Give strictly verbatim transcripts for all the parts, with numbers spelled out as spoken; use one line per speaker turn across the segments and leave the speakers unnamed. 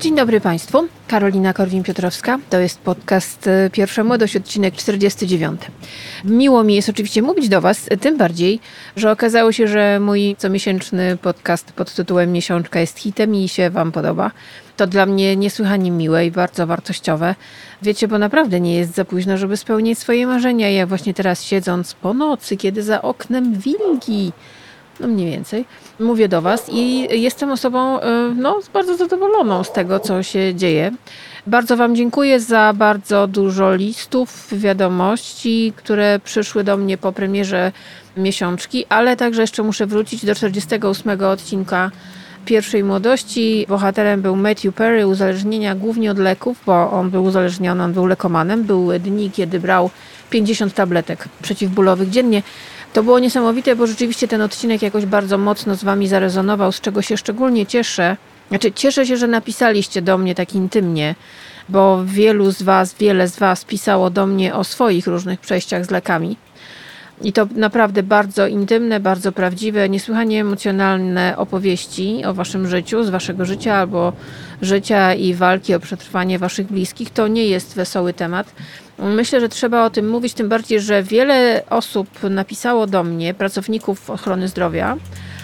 Dzień dobry Państwu, Karolina Korwin-Piotrowska, to jest podcast Pierwsza Młodość, odcinek czterdziesty dziewiąty. Miło mi jest oczywiście mówić do Was, tym bardziej, że okazało się, że mój comiesięczny podcast pod tytułem Miesiączka jest hitem i się Wam podoba. To dla mnie niesłychanie miłe i bardzo wartościowe. Wiecie, bo naprawdę nie jest za późno, żeby spełnić swoje marzenia. Ja właśnie teraz siedząc po nocy, kiedy za oknem wilgi, no mniej więcej, mówię do Was i jestem osobą no, bardzo zadowoloną z tego, co się dzieje. Bardzo Wam dziękuję za bardzo dużo listów, wiadomości, które przyszły do mnie po premierze Miesiączki, ale także jeszcze muszę wrócić do czterdziestego ósmego odcinka Pierwszej Młodości. Bohaterem był Matthew Perry, uzależnienia głównie od leków, bo on był uzależniony, on był lekomanem. Były dni, kiedy brał pięćdziesiąt tabletek przeciwbólowych dziennie. To było niesamowite, bo rzeczywiście ten odcinek jakoś bardzo mocno z Wami zarezonował, z czego się szczególnie cieszę. Znaczy, cieszę się, że napisaliście do mnie tak intymnie, bo wielu z Was, wiele z Was pisało do mnie o swoich różnych przejściach z lekami. I to naprawdę bardzo intymne, bardzo prawdziwe, niesłychanie emocjonalne opowieści o Waszym życiu, z Waszego życia albo życia i walki o przetrwanie Waszych bliskich. To nie jest wesoły temat. Myślę, że trzeba o tym mówić, tym bardziej, że wiele osób napisało do mnie, pracowników ochrony zdrowia,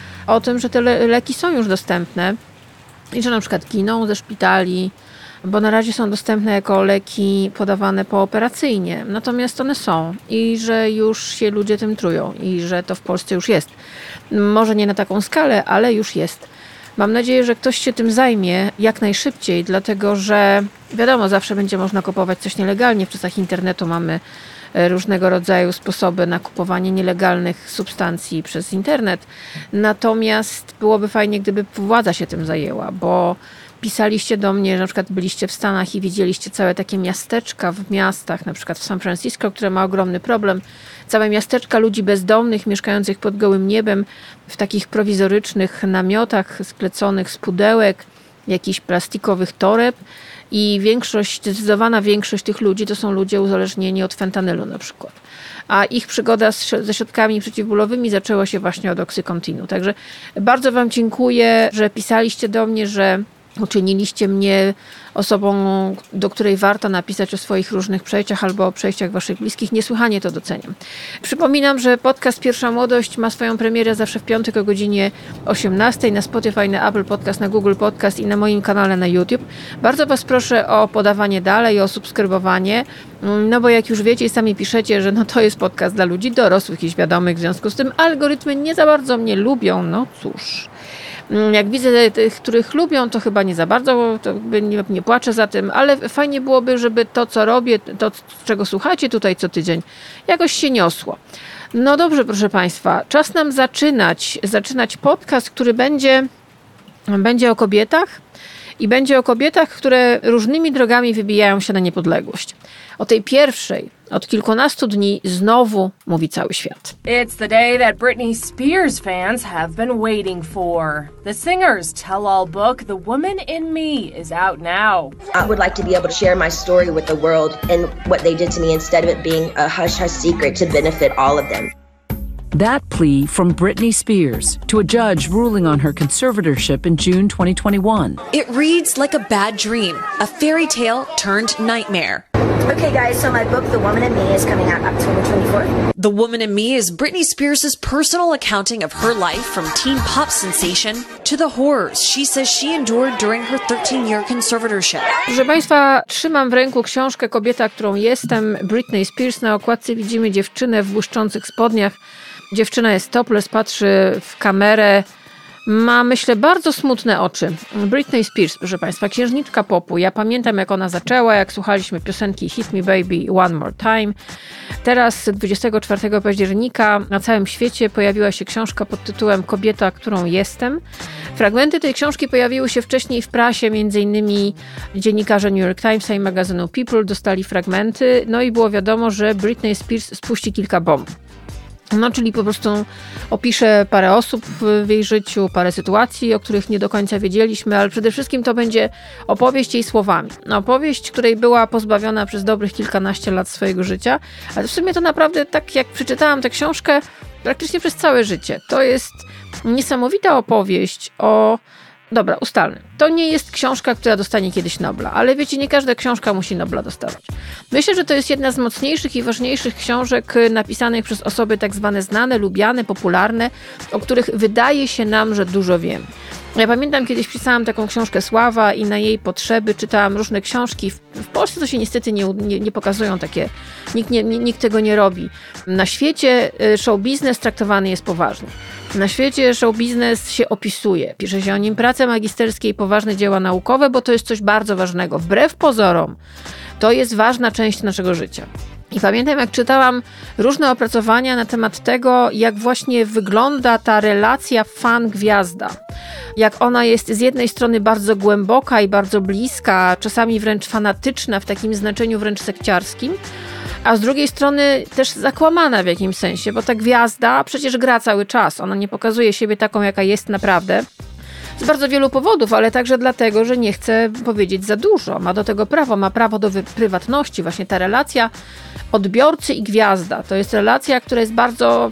o tym, że te le- leki są już dostępne i że na przykład giną ze szpitali, bo na razie są dostępne jako leki podawane pooperacyjnie. Natomiast one są i że już się ludzie tym trują i że to w Polsce już jest. Może nie na taką skalę, ale już jest. Mam nadzieję, że ktoś się tym zajmie jak najszybciej, dlatego że wiadomo, zawsze będzie można kupować coś nielegalnie. W czasach internetu mamy różnego rodzaju sposoby na kupowanie nielegalnych substancji przez internet. Natomiast byłoby fajnie, gdyby władza się tym zajęła, bo pisaliście do mnie, że na przykład byliście w Stanach i widzieliście całe takie miasteczka w miastach, na przykład w San Francisco, które ma ogromny problem. Całe miasteczka ludzi bezdomnych, mieszkających pod gołym niebem, w takich prowizorycznych namiotach skleconych z pudełek, jakichś plastikowych toreb. I większość, zdecydowana większość tych ludzi to są ludzie uzależnieni od fentanylu na przykład. A ich przygoda z, ze środkami przeciwbólowymi zaczęła się właśnie od Oxycontinu. Także bardzo Wam dziękuję, że pisaliście do mnie, że uczyniliście mnie osobą, do której warto napisać o swoich różnych przejściach albo o przejściach Waszych bliskich. Niesłychanie to doceniam. Przypominam, że podcast Pierwsza Młodość ma swoją premierę zawsze w piątek o godzinie osiemnastej na Spotify, na Apple Podcast, na Google Podcast i na moim kanale na YouTube. Bardzo Was proszę o podawanie dalej, o subskrybowanie, no bo jak już wiecie i sami piszecie, że no to jest podcast dla ludzi dorosłych i świadomych, w związku z tym algorytmy nie za bardzo mnie lubią, no cóż. Jak widzę tych, których lubią, to chyba nie za bardzo, to nie, nie płaczę za tym, ale fajnie byłoby, żeby to, co robię, to, czego słuchacie tutaj co tydzień, jakoś się niosło. No dobrze, proszę Państwa, czas nam zaczynać, zaczynać podcast, który będzie, będzie o kobietach i będzie o kobietach, które różnymi drogami wybijają się na niepodległość. O tej pierwszej, od kilkunastu dni, znowu mówi cały świat.
It's the day that Britney Spears fans have been waiting for. The singer's tell-all book, The Woman in Me, is out now.
I would like to be able to share my story with the world and what they did to me instead of it being a hush-hush secret to benefit all of them.
That plea from Britney Spears to a judge ruling on her conservatorship in June twenty twenty-one.
It reads like a bad dream, a fairy tale turned nightmare.
Okay guys, so my book, The Woman in Me, is coming out October twenty-fourth.
The Woman in Me is Britney Spears' personal accounting of her life from teen pop sensation to the horrors she says she endured during her thirteen-year conservatorship.
Proszę Państwa, trzymam w ręku książkę Kobieta, którą jestem, Britney Spears. Na okładce widzimy dziewczynę w błyszczących spodniach. Dziewczyna jest topless, patrzy w kamerę, ma, myślę, bardzo smutne oczy. Britney Spears, proszę Państwa, księżniczka popu. Ja pamiętam, jak ona zaczęła, jak słuchaliśmy piosenki Hit Me Baby One More Time. Teraz dwudziestego czwartego października na całym świecie pojawiła się książka pod tytułem Kobieta, którą jestem. Fragmenty tej książki pojawiły się wcześniej w prasie, między innymi dziennikarze New York Timesa i magazynu People dostali fragmenty, no i było wiadomo, że Britney Spears spuści kilka bomb. No, czyli po prostu opiszę parę osób w jej życiu, parę sytuacji, o których nie do końca wiedzieliśmy, ale przede wszystkim to będzie opowieść jej słowami. No, opowieść, której była pozbawiona przez dobrych kilkanaście lat swojego życia, ale w sumie to naprawdę, tak jak przeczytałam tę książkę, praktycznie przez całe życie. To jest niesamowita opowieść o dobra, ustalmy. To nie jest książka, która dostanie kiedyś Nobla, ale wiecie, nie każda książka musi Nobla dostawać. Myślę, że to jest jedna z mocniejszych i ważniejszych książek napisanych przez osoby tak zwane znane, lubiane, popularne, o których wydaje się nam, że dużo wiemy. Ja pamiętam, kiedyś pisałam taką książkę Sława i na jej potrzeby czytałam różne książki. W, w Polsce to się niestety nie, nie, nie pokazują takie, nikt, nie, nikt tego nie robi. Na świecie show biznes traktowany jest poważnie. Na świecie show biznes się opisuje. Pisze się o nim prace magisterskie i poważne dzieła naukowe, bo to jest coś bardzo ważnego. Wbrew pozorom, to jest ważna część naszego życia. I pamiętam, jak czytałam różne opracowania na temat tego, jak właśnie wygląda ta relacja fan-gwiazda. Jak ona jest z jednej strony bardzo głęboka i bardzo bliska, czasami wręcz fanatyczna w takim znaczeniu wręcz sekciarskim, a z drugiej strony też zakłamana w jakimś sensie, bo ta gwiazda przecież gra cały czas. Ona nie pokazuje siebie taką, jaka jest naprawdę. Z bardzo wielu powodów, ale także dlatego, że nie chce powiedzieć za dużo. Ma do tego prawo, ma prawo do prywatności. Właśnie ta relacja odbiorcy i gwiazda to jest relacja, która jest bardzo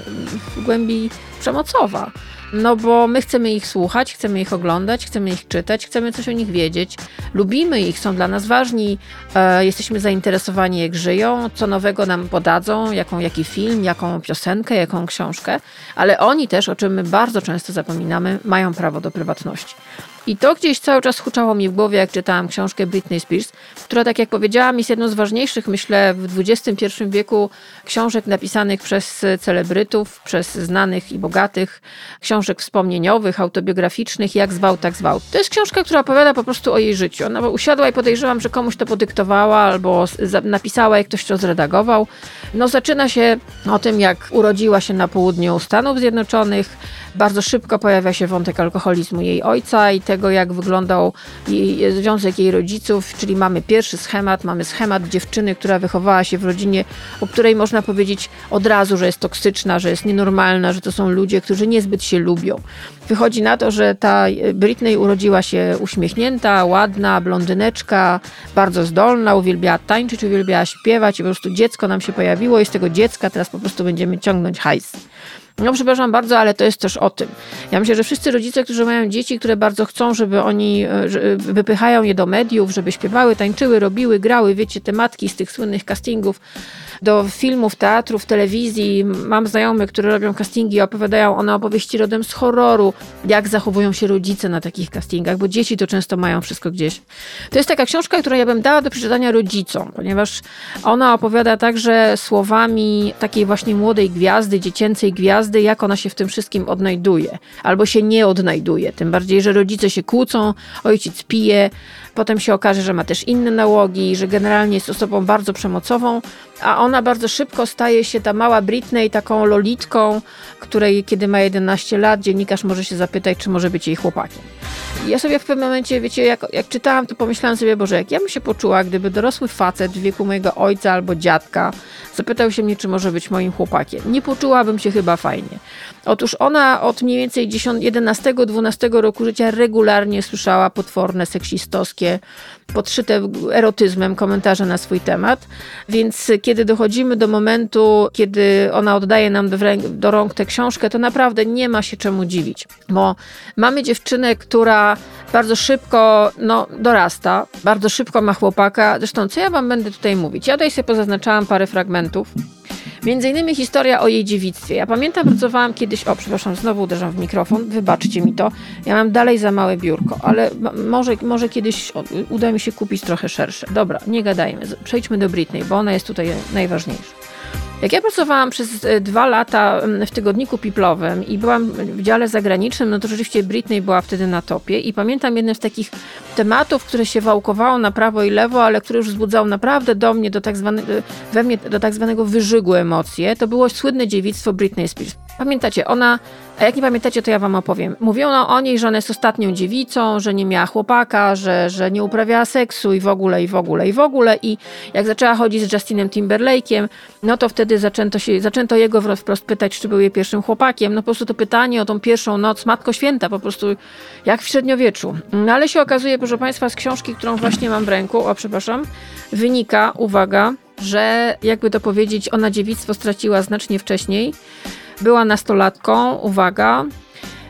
w głębi przemocowa. No bo my chcemy ich słuchać, chcemy ich oglądać, chcemy ich czytać, chcemy coś o nich wiedzieć. Lubimy ich, są dla nas ważni, e, jesteśmy zainteresowani, jak żyją, co nowego nam podadzą, jaką, jaki film, jaką piosenkę, jaką książkę. Ale oni też, o czym my bardzo często zapominamy, mają prawo do prywatności. I to gdzieś cały czas huczało mi w głowie, jak czytałam książkę Britney Spears, która, tak jak powiedziałam, jest jedną z ważniejszych, myślę, w dwudziestym pierwszym wieku książek napisanych przez celebrytów, przez znanych i bogatych, książek wspomnieniowych, autobiograficznych, jak zwał, tak zwał. To jest książka, która opowiada po prostu o jej życiu. Ona usiadła i podejrzewam, że komuś to podyktowała albo napisała, jak ktoś to zredagował. No, zaczyna się o tym, jak urodziła się na południu Stanów Zjednoczonych. Bardzo szybko pojawia się wątek alkoholizmu jej ojca i tego, jak wyglądał jej, związek jej rodziców, czyli mamy pierwszy schemat, mamy schemat dziewczyny, która wychowała się w rodzinie, o której można powiedzieć od razu, że jest toksyczna, że jest nienormalna, że to są ludzie, którzy niezbyt się lubią. Wychodzi na to, że ta Britney urodziła się uśmiechnięta, ładna, blondyneczka, bardzo zdolna, uwielbiała tańczyć, uwielbiała śpiewać i po prostu dziecko nam się pojawiło i z tego dziecka teraz po prostu będziemy ciągnąć hajs. No przepraszam bardzo, ale to jest też o tym. Ja myślę, że wszyscy rodzice, którzy mają dzieci, które bardzo chcą, żeby oni, że wypychają je do mediów, żeby śpiewały, tańczyły, robiły, grały, wiecie, tematki z tych słynnych castingów do filmów, teatrów, telewizji. Mam znajomych, które robią castingi i opowiadają one opowieści rodem z horroru, jak zachowują się rodzice na takich castingach, bo dzieci to często mają wszystko gdzieś. To jest taka książka, którą ja bym dała do przeczytania rodzicom, ponieważ ona opowiada także słowami takiej właśnie młodej gwiazdy, dziecięcej gwiazdy, jak ona się w tym wszystkim odnajduje, albo się nie odnajduje. Tym bardziej, że rodzice się kłócą, ojciec pije, potem się okaże, że ma też inne nałogi, że generalnie jest osobą bardzo przemocową, a ona bardzo szybko staje się, ta mała Britney, taką lolitką, której kiedy ma jedenaście lat, dziennikarz może się zapytać, czy może być jej chłopakiem. I ja sobie w pewnym momencie, wiecie, jak, jak czytałam, to pomyślałam sobie, Boże, jak ja bym się poczuła, gdyby dorosły facet w wieku mojego ojca albo dziadka zapytał się mnie, czy może być moim chłopakiem. Nie poczułabym się chyba fajnie. Otóż ona od mniej więcej jedenastego dwunastego roku życia regularnie słyszała potworne, seksistowskie, podszyte erotyzmem komentarze na swój temat, więc kiedy dochodzimy do momentu, kiedy ona oddaje nam do, do rąk tę książkę, to naprawdę nie ma się czemu dziwić, bo mamy dziewczynę, która bardzo szybko no, dorasta, bardzo szybko ma chłopaka. Zresztą, co ja wam będę tutaj mówić? Ja tutaj sobie pozaznaczałam parę fragmentów. Między innymi historia o jej dziewictwie. Ja pamiętam, pracowałam kiedyś, o przepraszam, znowu uderzam w mikrofon, wybaczcie mi to. Ja mam dalej za małe biurko, ale może, może kiedyś uda mi się kupić trochę szersze. Dobra, nie gadajmy, przejdźmy do Britney, bo ona jest tutaj najważniejsza. Jak ja pracowałam przez dwa lata w tygodniku People'owym i byłam w dziale zagranicznym, no to rzeczywiście Britney była wtedy na topie i pamiętam jeden z takich tematów, które się wałkowało na prawo i lewo, ale który już wzbudzał naprawdę do mnie, do tak zwany, we mnie do tak zwanego wyżygu emocje, to było słynne dziewictwo Britney Spears. Pamiętacie, ona, a jak nie pamiętacie, to ja wam opowiem. Mówiono o niej, że ona jest ostatnią dziewicą, że nie miała chłopaka, że, że nie uprawiała seksu i w ogóle, i w ogóle, i w ogóle. I jak zaczęła chodzić z Justinem Timberlake'iem, no to wtedy zaczęto, się, zaczęto jego wprost pytać, czy był jej pierwszym chłopakiem. No po prostu to pytanie o tą pierwszą noc, Matko Święta, po prostu jak w średniowieczu. No ale się okazuje, proszę państwa, z książki, którą właśnie mam w ręku, o przepraszam, wynika, uwaga, że jakby to powiedzieć, ona dziewictwo straciła znacznie wcześniej. Była nastolatką, uwaga,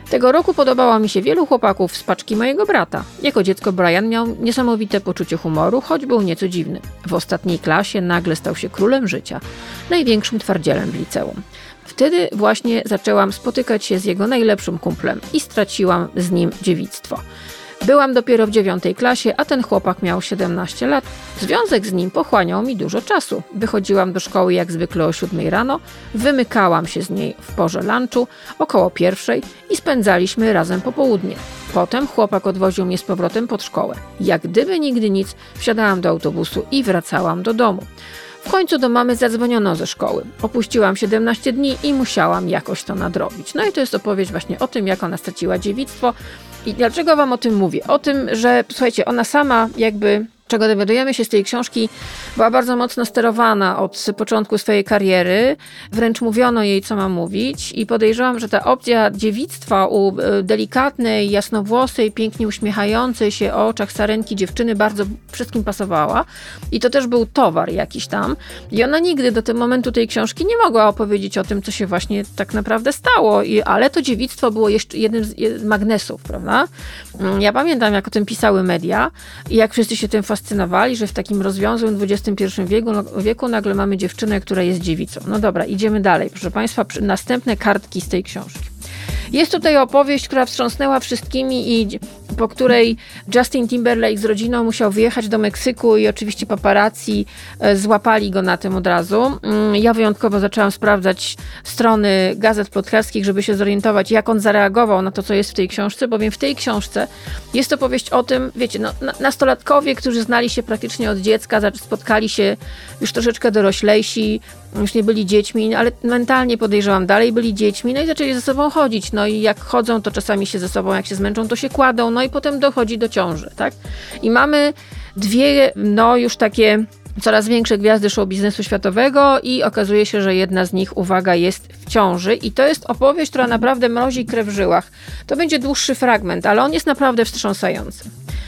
Tego roku podobało mi się wielu chłopaków z paczki mojego brata. Jako dziecko Brian miał niesamowite poczucie humoru, choć był nieco dziwny. W ostatniej klasie nagle stał się królem życia, największym twardzielem w liceum. Wtedy właśnie zaczęłam spotykać się z jego najlepszym kumplem i straciłam z nim dziewictwo. Byłam dopiero w dziewiątej klasie, a ten chłopak miał siedemnaście lat. Związek z nim pochłaniał mi dużo czasu. Wychodziłam do szkoły jak zwykle o siódmej rano, wymykałam się z niej w porze lunchu, około pierwszej i spędzaliśmy razem popołudnie. Potem chłopak odwoził mnie z powrotem pod szkołę. Jak gdyby nigdy nic, wsiadałam do autobusu i wracałam do domu. W końcu do mamy zadzwoniono ze szkoły. Opuściłam siedemnaście dni i musiałam jakoś to nadrobić. No i to jest opowieść właśnie o tym, jak ona straciła dziewictwo. I dlaczego wam o tym mówię? O tym, że słuchajcie, ona sama jakby, czego dowiadujemy się z tej książki, była bardzo mocno sterowana od początku swojej kariery. Wręcz mówiono jej, co ma mówić i podejrzewam, że ta opcja dziewictwa u delikatnej, jasnowłosej, pięknie uśmiechającej się o oczach sarenki dziewczyny bardzo wszystkim pasowała. I to też był towar jakiś tam. I ona nigdy do tego momentu tej książki nie mogła opowiedzieć o tym, co się właśnie tak naprawdę stało. I, ale to dziewictwo było jeszcze jednym z magnesów, prawda? Ja pamiętam, jak o tym pisały media i jak wszyscy się tym fascynowali, że w takim rozwiązłym dwudziestym pierwszym wieku, wieku nagle mamy dziewczynę, która jest dziewicą. No dobra, idziemy dalej. Proszę Państwa, następne kartki z tej książki. Jest tutaj opowieść, która wstrząsnęła wszystkimi i po której Justin Timberlake z rodziną musiał wyjechać do Meksyku i oczywiście paparazzi złapali go na tym od razu. Ja wyjątkowo zaczęłam sprawdzać strony gazet plotkarskich, żeby się zorientować, jak on zareagował na to, co jest w tej książce, bowiem w tej książce jest opowieść o tym, wiecie, no, nastolatkowie, którzy znali się praktycznie od dziecka, spotkali się już troszeczkę doroślejsi, już nie byli dziećmi, ale mentalnie podejrzewam, dalej byli dziećmi, no i zaczęli ze sobą chodzić, no i jak chodzą, to czasami się ze sobą, jak się zmęczą, to się kładą, no i potem dochodzi do ciąży, tak? I mamy dwie, no już takie coraz większe gwiazdy show biznesu światowego i okazuje się, że jedna z nich, uwaga, jest w ciąży i to jest opowieść, która naprawdę mrozi krew w żyłach. To będzie dłuższy fragment, ale on jest naprawdę wstrząsający.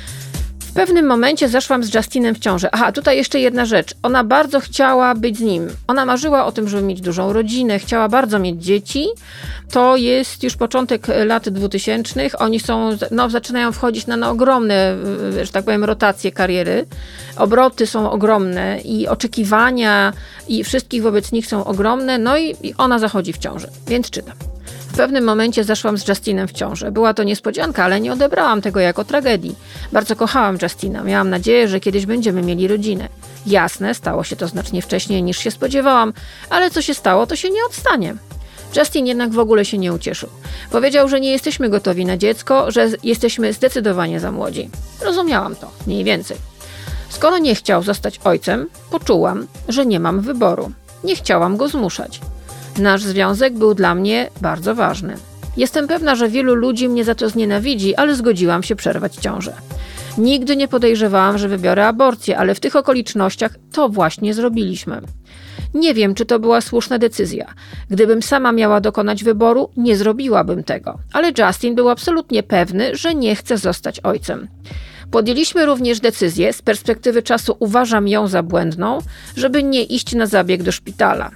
W pewnym momencie zaszłam z Justinem w ciążę. Aha, tutaj jeszcze jedna rzecz. Ona bardzo chciała być z nim. Ona marzyła o tym, żeby mieć dużą rodzinę, chciała bardzo mieć dzieci. To jest już początek lat dwutysięcznych. Oni są, no, zaczynają wchodzić na, na ogromne, że tak powiem, rotacje kariery. Obroty są ogromne i oczekiwania i wszystkich wobec nich są ogromne. No i, i ona zachodzi w ciążę. Więc czytam. W pewnym momencie zaszłam z Justinem w ciążę. Była to niespodzianka, ale nie odebrałam tego jako tragedii. Bardzo kochałam Justina. Miałam nadzieję, że kiedyś będziemy mieli rodzinę. Jasne, stało się to znacznie wcześniej niż się spodziewałam, ale co się stało, to się nie odstanie. Justin jednak w ogóle się nie ucieszył. Powiedział, że nie jesteśmy gotowi na dziecko, że jesteśmy zdecydowanie za młodzi. Rozumiałam to, mniej więcej. Skoro nie chciał zostać ojcem, poczułam, że nie mam wyboru. Nie chciałam go zmuszać. Nasz związek był dla mnie bardzo ważny. Jestem pewna, że wielu ludzi mnie za to znienawidzi, ale zgodziłam się przerwać ciążę. Nigdy nie podejrzewałam, że wybiorę aborcję, ale w tych okolicznościach to właśnie zrobiliśmy. Nie wiem, czy to była słuszna decyzja. Gdybym sama miała dokonać wyboru, nie zrobiłabym tego. Ale Justin był absolutnie pewny, że nie chce zostać ojcem. Podjęliśmy również decyzję, z perspektywy czasu uważam ją za błędną, żeby nie iść na zabieg do szpitala.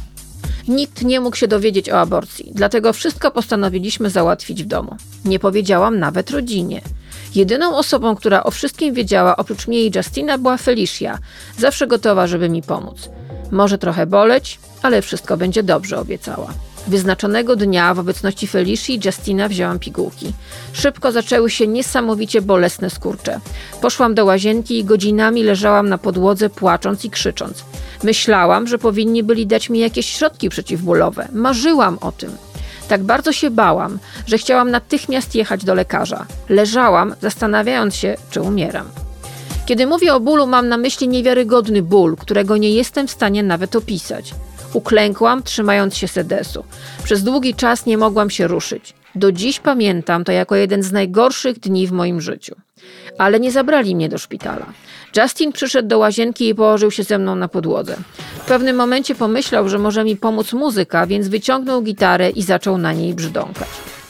Nikt nie mógł się dowiedzieć o aborcji, dlatego wszystko postanowiliśmy załatwić w domu. Nie powiedziałam nawet rodzinie. Jedyną osobą, która o wszystkim wiedziała oprócz mnie i Justina, była Felicia, zawsze gotowa, żeby mi pomóc. Może trochę boleć, ale wszystko będzie dobrze, obiecała. Wyznaczonego dnia w obecności Felicii i Justina wzięłam pigułki. Szybko zaczęły się niesamowicie bolesne skurcze. Poszłam do łazienki i godzinami leżałam na podłodze, płacząc i krzycząc. Myślałam, że powinni byli dać mi jakieś środki przeciwbólowe. Marzyłam o tym. Tak bardzo się bałam, że chciałam natychmiast jechać do lekarza. Leżałam, zastanawiając się, czy umieram. Kiedy mówię o bólu, mam na myśli niewiarygodny ból, którego nie jestem w stanie nawet opisać. Uklękłam, trzymając się sedesu. Przez długi czas nie mogłam się ruszyć. Do dziś pamiętam to jako jeden z najgorszych dni w moim życiu. Ale nie zabrali mnie do szpitala. Justin przyszedł do łazienki i położył się ze mną na podłodze. W pewnym momencie pomyślał, że może mi pomóc muzyka, więc wyciągnął gitarę i zaczął na niej brzdąkać.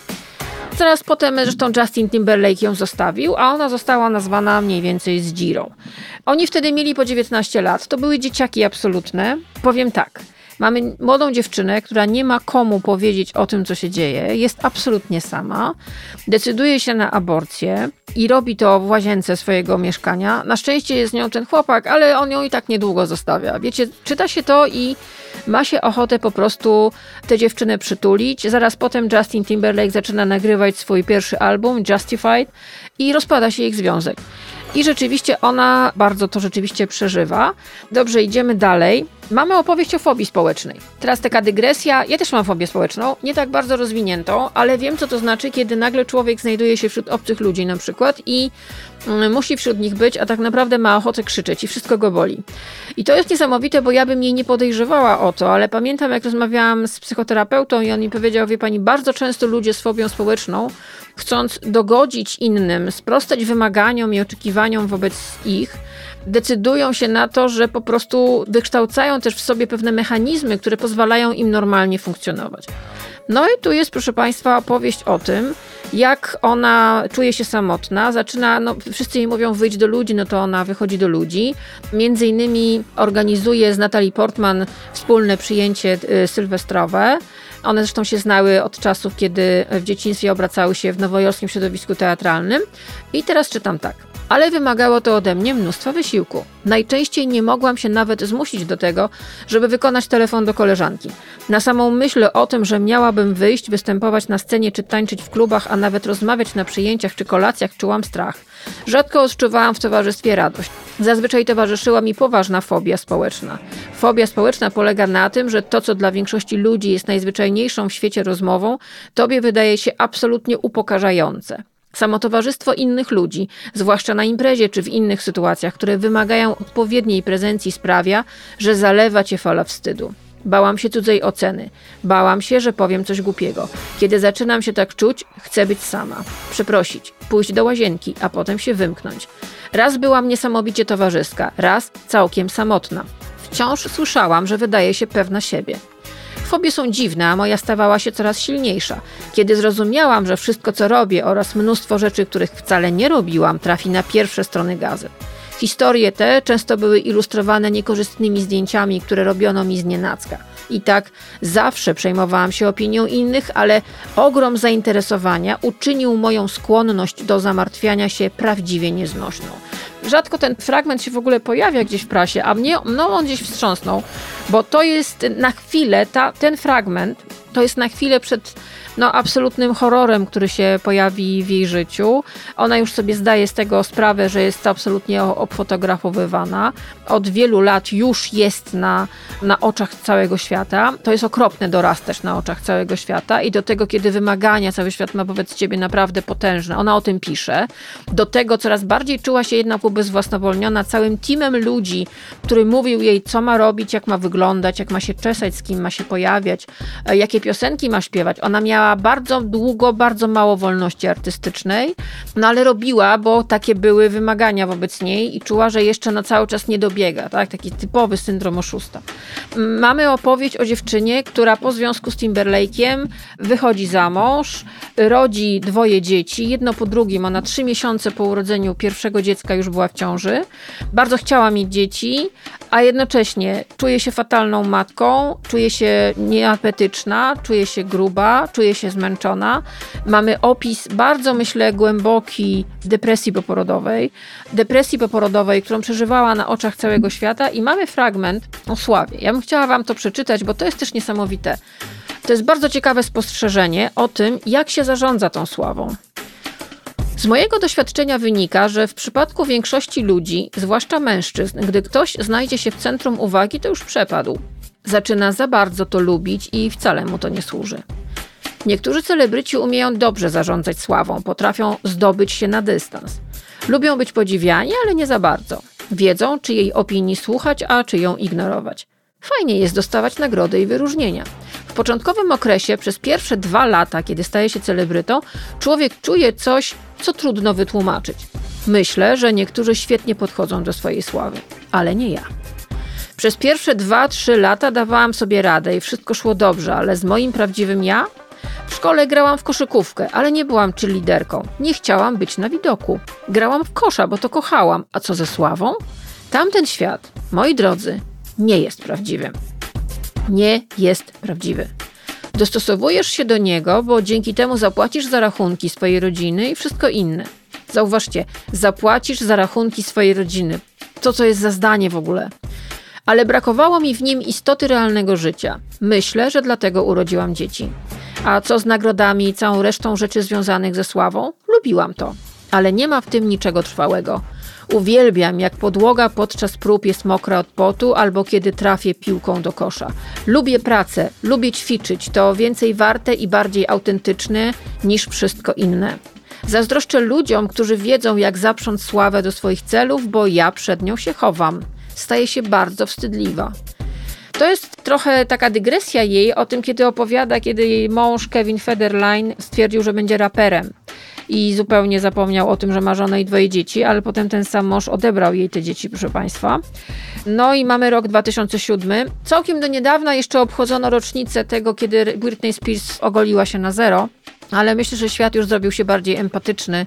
Zaraz potem zresztą Justin Timberlake ją zostawił, a ona została nazwana mniej więcej Zdzirą. Oni wtedy mieli po dziewiętnaście lat, to były dzieciaki absolutne. Powiem tak, Mamy młodą dziewczynę, która nie ma komu powiedzieć o tym, co się dzieje, jest absolutnie sama, decyduje się na aborcję i robi to w łazience swojego mieszkania. Na szczęście jest z nią ten chłopak, ale on ją i tak niedługo zostawia. Wiecie, czyta się to i ma się ochotę po prostu tę dziewczynę przytulić. Zaraz potem Justin Timberlake zaczyna nagrywać swój pierwszy album, Justified, i rozpada się ich związek. I rzeczywiście ona bardzo to rzeczywiście przeżywa. Dobrze, idziemy dalej. Mamy opowieść o fobii społecznej. Teraz taka dygresja. Ja też mam fobię społeczną, nie tak bardzo rozwiniętą, ale wiem, co to znaczy, kiedy nagle człowiek znajduje się wśród obcych ludzi na przykład i musi wśród nich być, a tak naprawdę ma ochotę krzyczeć i wszystko go boli. I to jest niesamowite, bo ja bym jej nie podejrzewała o to, ale pamiętam, jak rozmawiałam z psychoterapeutą i on mi powiedział, wie pani, bardzo często ludzie z fobią społeczną, chcąc dogodzić innym, sprostać wymaganiom i oczekiwaniom wobec ich, decydują się na to, że po prostu wykształcają też w sobie pewne mechanizmy, które pozwalają im normalnie funkcjonować. No i tu jest, proszę państwa, opowieść o tym, jak ona czuje się samotna, zaczyna, no wszyscy jej mówią wyjdź do ludzi, no to ona wychodzi do ludzi. Między innymi organizuje z Natalie Portman wspólne przyjęcie y, sylwestrowe. One zresztą się znały od czasów, kiedy w dzieciństwie obracały się w nowojorskim środowisku teatralnym. I teraz czytam tak. Ale wymagało to ode mnie mnóstwa wysiłku. Najczęściej nie mogłam się nawet zmusić do tego, żeby wykonać telefon do koleżanki. Na samą myśl o tym, że miałabym wyjść, występować na scenie czy tańczyć w klubach, a nawet rozmawiać na przyjęciach czy kolacjach, czułam strach. Rzadko odczuwałam w towarzystwie radość. Zazwyczaj towarzyszyła mi poważna fobia społeczna. Fobia społeczna polega na tym, że to, co dla większości ludzi jest najzwyczajniejszą w świecie rozmową, tobie wydaje się absolutnie upokarzające. Samo towarzystwo innych ludzi, zwłaszcza na imprezie czy w innych sytuacjach, które wymagają odpowiedniej prezencji, sprawia, że zalewa cię fala wstydu. Bałam się cudzej oceny. Bałam się, że powiem coś głupiego. Kiedy zaczynam się tak czuć, chcę być sama. Przeprosić, pójść do łazienki, a potem się wymknąć. Raz byłam niesamowicie towarzyska, raz całkiem samotna. Wciąż słyszałam, że wydaje się pewna siebie. Fobie są dziwne, a moja stawała się coraz silniejsza. Kiedy zrozumiałam, że wszystko, co robię oraz mnóstwo rzeczy, których wcale nie robiłam, trafi na pierwsze strony gazet. Historie te często były ilustrowane niekorzystnymi zdjęciami, które robiono mi znienacka. I tak zawsze przejmowałam się opinią innych, ale ogrom zainteresowania uczynił moją skłonność do zamartwiania się prawdziwie nieznośną. Rzadko ten fragment się w ogóle pojawia gdzieś w prasie, a mnie no, on gdzieś wstrząsnął, bo to jest na chwilę, ta, ten fragment to jest na chwilę przed no, absolutnym horrorem, który się pojawi w jej życiu. Ona już sobie zdaje z tego sprawę, że jest absolutnie obfotografowywana. Od wielu lat już jest na, na oczach całego świata. To jest okropne dorastać na oczach całego świata i do tego, kiedy wymagania cały świat ma wobec ciebie naprawdę potężne. Ona o tym pisze. Do tego coraz bardziej czuła się jednak ubezwłasnowolniona całym teamem ludzi, który mówił jej, co ma robić, jak ma wyglądać, jak ma się czesać, z kim ma się pojawiać, jakie piosenki ma śpiewać. Ona miała bardzo długo, bardzo mało wolności artystycznej, no ale robiła, bo takie były wymagania wobec niej i czuła, że jeszcze na cały czas nie dobiega, tak? Taki typowy syndrom oszusta. Mamy opowieść o dziewczynie, która po związku z Timberlake'iem wychodzi za mąż, rodzi dwoje dzieci, jedno po drugim. Ona trzy miesiące po urodzeniu pierwszego dziecka już była w ciąży. Bardzo chciała mieć dzieci, a jednocześnie czuje się fatalną matką, czuje się nieapetyczna, czuje się gruba, czuje się zmęczona. Mamy opis bardzo, myślę, głęboki depresji poporodowej. Depresji poporodowej, którą przeżywała na oczach całego świata i mamy fragment o sławie. Ja bym chciała wam to przeczytać, bo to jest też niesamowite. To jest bardzo ciekawe spostrzeżenie o tym, jak się zarządza tą sławą. Z mojego doświadczenia wynika, że w przypadku większości ludzi, zwłaszcza mężczyzn, gdy ktoś znajdzie się w centrum uwagi, to już przepadł. Zaczyna za bardzo to lubić i wcale mu to nie służy. Niektórzy celebryci umieją dobrze zarządzać sławą, potrafią zdobyć się na dystans. Lubią być podziwiani, ale nie za bardzo. Wiedzą, czy jej opinii słuchać, a czy ją ignorować. Fajnie jest dostawać nagrody i wyróżnienia. W początkowym okresie, przez pierwsze dwa lata, kiedy staje się celebrytą, człowiek czuje coś, co trudno wytłumaczyć. Myślę, że niektórzy świetnie podchodzą do swojej sławy, ale nie ja. Przez pierwsze dwa, trzy lata dawałam sobie radę i wszystko szło dobrze, ale z moim prawdziwym ja? W szkole grałam w koszykówkę, ale nie byłam cheerleaderką. Nie chciałam być na widoku. Grałam w kosza, bo to kochałam. A co ze sławą? Tamten świat, moi drodzy, nie jest prawdziwym. nie jest prawdziwy. Dostosowujesz się do niego, bo dzięki temu zapłacisz za rachunki swojej rodziny i wszystko inne. Zauważcie, zapłacisz za rachunki swojej rodziny. To, co jest za zdanie w ogóle. Ale brakowało mi w nim istoty realnego życia. Myślę, że dlatego urodziłam dzieci. A co z nagrodami i całą resztą rzeczy związanych ze sławą? Lubiłam to. Ale nie ma w tym niczego trwałego. Uwielbiam, jak podłoga podczas prób jest mokra od potu albo kiedy trafię piłką do kosza. Lubię pracę, lubię ćwiczyć. To więcej warte i bardziej autentyczne niż wszystko inne. Zazdroszczę ludziom, którzy wiedzą, jak zaprząc sławę do swoich celów, bo ja przed nią się chowam. Staję się bardzo wstydliwa. To jest trochę taka dygresja jej o tym, kiedy opowiada, kiedy jej mąż Kevin Federline stwierdził, że będzie raperem. I zupełnie zapomniał o tym, że ma żonę i dwoje dzieci, ale potem ten sam mąż odebrał jej te dzieci, proszę Państwa. No i mamy rok dwa tysiące siódmy. Całkiem do niedawna jeszcze obchodzono rocznicę tego, kiedy Britney Spears ogoliła się na zero, ale myślę, że świat już zrobił się bardziej empatyczny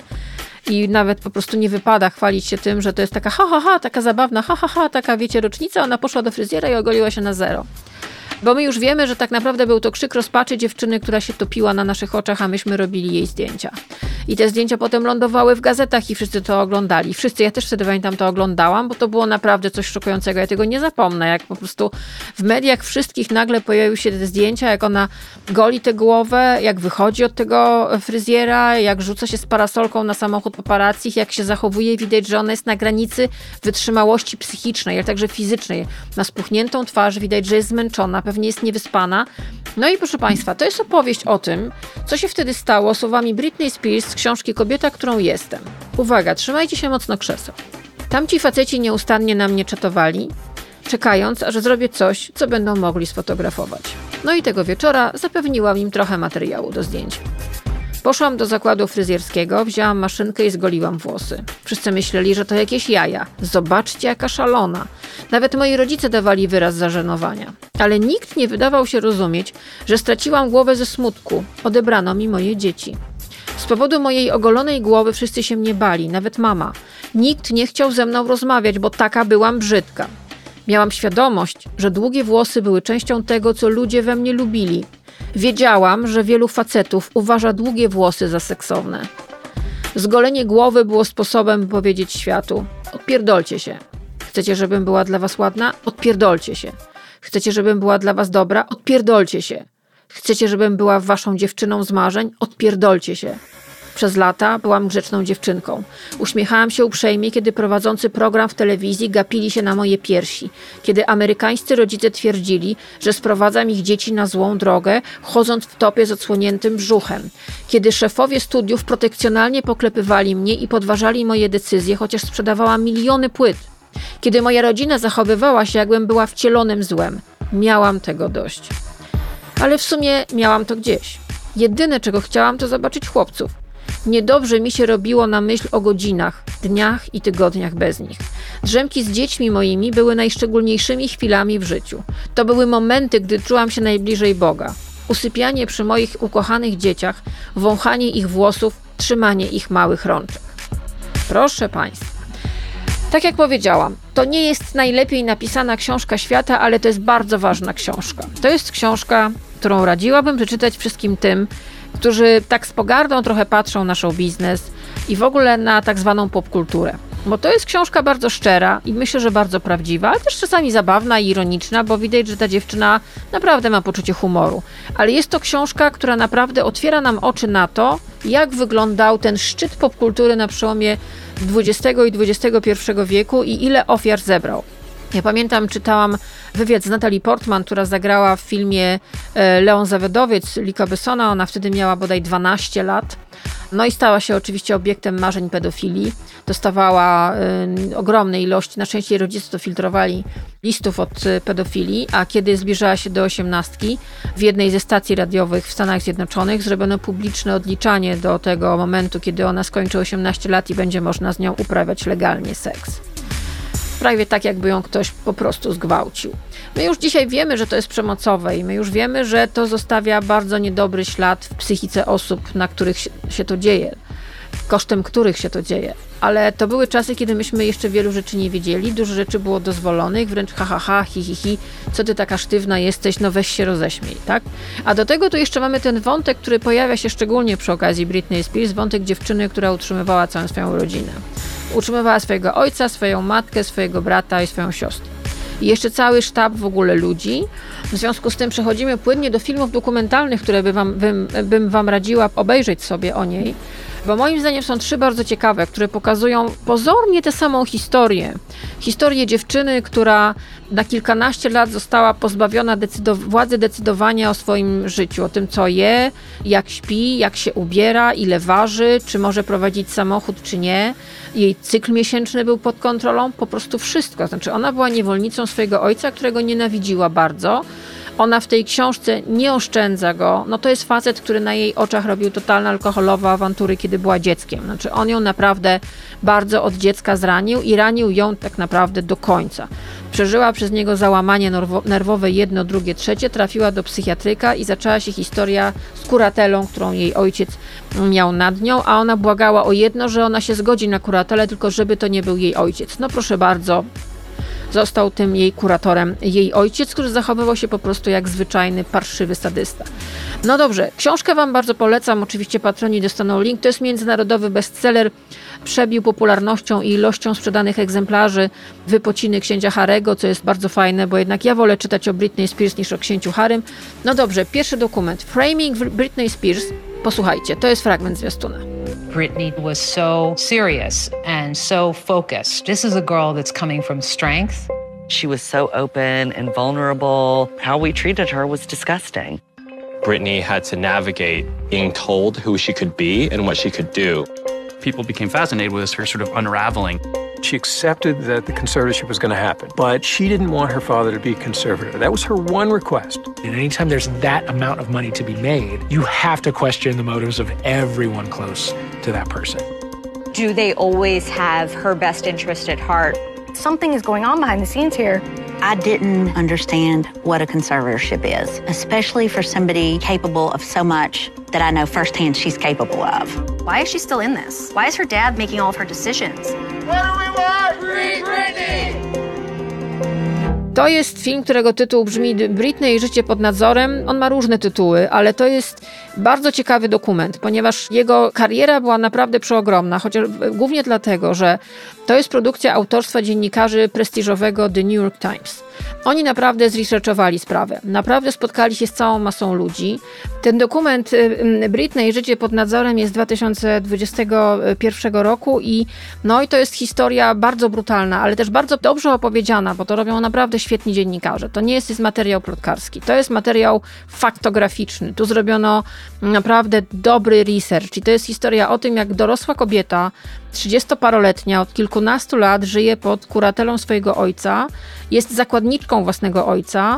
i nawet po prostu nie wypada chwalić się tym, że to jest taka ha, ha, ha, taka zabawna, ha, ha, ha, taka, wiecie, rocznica, ona poszła do fryzjera i ogoliła się na zero. Bo my już wiemy, że tak naprawdę był to krzyk rozpaczy dziewczyny, która się topiła na naszych oczach, a myśmy robili jej zdjęcia. I te zdjęcia potem lądowały w gazetach i wszyscy to oglądali. Wszyscy, ja też wtedy pamiętam, to oglądałam, bo to było naprawdę coś szokującego. Ja tego nie zapomnę, jak po prostu w mediach wszystkich nagle pojawiły się te zdjęcia, jak ona goli tę głowę, jak wychodzi od tego fryzjera, jak rzuca się z parasolką na samochód paparazzich, jak się zachowuje. Widać, że ona jest na granicy wytrzymałości psychicznej, ale także fizycznej. Ma spuchniętą twarz, widać, że jest zmęczona, pewnie jest niewyspana. No i proszę Państwa, to jest opowieść o tym, co się wtedy stało słowami Britney Spears z książki Kobieta, którą jestem. Uwaga, trzymajcie się mocno krzeseł. Tamci faceci nieustannie na mnie czatowali, czekając, aż zrobię coś, co będą mogli sfotografować. No i tego wieczora zapewniłam im trochę materiału do zdjęć. Poszłam do zakładu fryzjerskiego, wzięłam maszynkę i zgoliłam włosy. Wszyscy myśleli, że to jakieś jaja. Zobaczcie, jaka szalona. Nawet moi rodzice dawali wyraz zażenowania. Ale nikt nie wydawał się rozumieć, że straciłam głowę ze smutku. Odebrano mi moje dzieci. Z powodu mojej ogolonej głowy wszyscy się mnie bali, nawet mama. Nikt nie chciał ze mną rozmawiać, bo taka byłam brzydka. Miałam świadomość, że długie włosy były częścią tego, co ludzie we mnie lubili. Wiedziałam, że wielu facetów uważa długie włosy za seksowne. Zgolenie głowy było sposobem, by powiedzieć światu: odpierdolcie się. Chcecie, żebym była dla was ładna? Odpierdolcie się. Chcecie, żebym była dla was dobra? Odpierdolcie się. Chcecie, żebym była waszą dziewczyną z marzeń? Odpierdolcie się. Przez lata byłam grzeczną dziewczynką. Uśmiechałam się uprzejmie, kiedy prowadzący program w telewizji gapili się na moje piersi. Kiedy amerykańscy rodzice twierdzili, że sprowadzam ich dzieci na złą drogę, chodząc w topie z odsłoniętym brzuchem. Kiedy szefowie studiów protekcjonalnie poklepywali mnie i podważali moje decyzje, chociaż sprzedawałam miliony płyt. Kiedy moja rodzina zachowywała się, jakbym była wcielonym złem. Miałam tego dość. Ale w sumie miałam to gdzieś. Jedyne, czego chciałam, to zobaczyć chłopców. Niedobrze mi się robiło na myśl o godzinach, dniach i tygodniach bez nich. Drzemki z dziećmi moimi były najszczególniejszymi chwilami w życiu. To były momenty, gdy czułam się najbliżej Boga. Usypianie przy moich ukochanych dzieciach, wąchanie ich włosów, trzymanie ich małych rączek. Proszę Państwa. Tak jak powiedziałam, to nie jest najlepiej napisana książka świata, ale to jest bardzo ważna książka. To jest książka, którą radziłabym przeczytać wszystkim tym, którzy tak z pogardą trochę patrzą na show biznes i w ogóle na tak zwaną popkulturę. Bo to jest książka bardzo szczera i myślę, że bardzo prawdziwa, ale też czasami zabawna i ironiczna, bo widać, że ta dziewczyna naprawdę ma poczucie humoru. Ale jest to książka, która naprawdę otwiera nam oczy na to, jak wyglądał ten szczyt popkultury na przełomie dwudziestego i dwudziestego pierwszego wieku i ile ofiar zebrał. Ja pamiętam, czytałam wywiad z Natalie Portman, która zagrała w filmie Leon Zawodowiec Luca Bessona. Ona wtedy miała bodaj dwanaście lat. No i stała się oczywiście obiektem marzeń pedofilii. Dostawała y, ogromne ilości, na szczęście jej rodzice to filtrowali, listów od y, pedofilii, a kiedy zbliżała się do osiemnastki, w jednej ze stacji radiowych w Stanach Zjednoczonych zrobiono publiczne odliczanie do tego momentu, kiedy ona skończy osiemnaście lat i będzie można z nią uprawiać legalnie seks. Prawie tak, jakby ją ktoś po prostu zgwałcił. My już dzisiaj wiemy, że to jest przemocowe i my już wiemy, że to zostawia bardzo niedobry ślad w psychice osób, na których się, się to dzieje. kosztem których się to dzieje. Ale to były czasy, kiedy myśmy jeszcze wielu rzeczy nie wiedzieli, dużo rzeczy było dozwolonych, wręcz ha, ha, ha, hi, hi, hi, co ty taka sztywna jesteś, no weź się roześmiej, tak? A do tego tu jeszcze mamy ten wątek, który pojawia się szczególnie przy okazji Britney Spears, wątek dziewczyny, która utrzymywała całą swoją rodzinę. Utrzymywała swojego ojca, swoją matkę, swojego brata i swoją siostrę. I jeszcze cały sztab w ogóle ludzi. W związku z tym przechodzimy płynnie do filmów dokumentalnych, które by wam, bym, bym wam radziła obejrzeć sobie o niej. Bo moim zdaniem są trzy bardzo ciekawe, które pokazują pozornie tę samą historię. Historię dziewczyny, która na kilkanaście lat została pozbawiona decydo- władzy decydowania o swoim życiu, o tym, co je, jak śpi, jak się ubiera, ile waży, czy może prowadzić samochód, czy nie. Jej cykl miesięczny był pod kontrolą, po prostu wszystko. Znaczy ona była niewolnicą swojego ojca, którego nienawidziła bardzo. Ona w tej książce nie oszczędza go. No to jest facet, który na jej oczach robił totalne alkoholowe awantury, kiedy była dzieckiem. Znaczy on ją naprawdę bardzo od dziecka zranił i ranił ją tak naprawdę do końca. Przeżyła przez niego załamanie nerwo- nerwowe jedno, drugie, trzecie, trafiła do psychiatryka i zaczęła się historia z kuratelą, którą jej ojciec miał nad nią, a ona błagała o jedno, że ona się zgodzi na kuratelę, tylko żeby to nie był jej ojciec. No proszę bardzo, został tym jej kuratorem jej ojciec, który zachowywał się po prostu jak zwyczajny, parszywy sadysta. No dobrze, książkę wam bardzo polecam, oczywiście patroni dostaną link, to jest międzynarodowy bestseller, przebił popularnością i ilością sprzedanych egzemplarzy Wypociny księcia Harry'ego, co jest bardzo fajne, bo jednak ja wolę czytać o Britney Spears niż o księciu Harrym. No dobrze, pierwszy dokument, Framing Britney Spears, posłuchajcie, to jest fragment zwiastuna.
Britney was so serious and so focused. This is a girl that's coming from strength.
She was so open and vulnerable. How we treated her was disgusting.
Britney had to navigate being told who she could be and what she could do.
People became fascinated with her sort of unraveling.
She accepted that the conservatorship was going to happen, but she didn't want her father to be conservator. That was her one request.
And anytime there's that amount of money to be made, you have to question the motives of everyone close to that person.
Do they always have her best interest at heart?
Something is going on behind the scenes here.
I didn't understand what a conservatorship is, especially for somebody capable of so much that I know firsthand she's capable of.
Why is she still in this? Why is her dad making all of her decisions?
What do we want? Free Britney!
To jest film, którego tytuł brzmi Britney i życie pod nadzorem. On ma różne tytuły, ale to jest bardzo ciekawy dokument, ponieważ jego kariera była naprawdę przeogromna, chociaż głównie dlatego, że to jest produkcja autorstwa dziennikarzy prestiżowego The New York Times. Oni naprawdę zresearchowali sprawę, naprawdę spotkali się z całą masą ludzi. Ten dokument Britney, życie pod nadzorem jest z dwa tysiące dwudziestego pierwszego roku i no i to jest historia bardzo brutalna, ale też bardzo dobrze opowiedziana, bo to robią naprawdę świetni dziennikarze. To nie jest, jest materiał plotkarski, to jest materiał faktograficzny. Tu zrobiono naprawdę dobry research i to jest historia o tym, jak dorosła kobieta, trzydziestoparoletnia, od kilkunastu lat żyje pod kuratelą swojego ojca, jest zakładniczką własnego ojca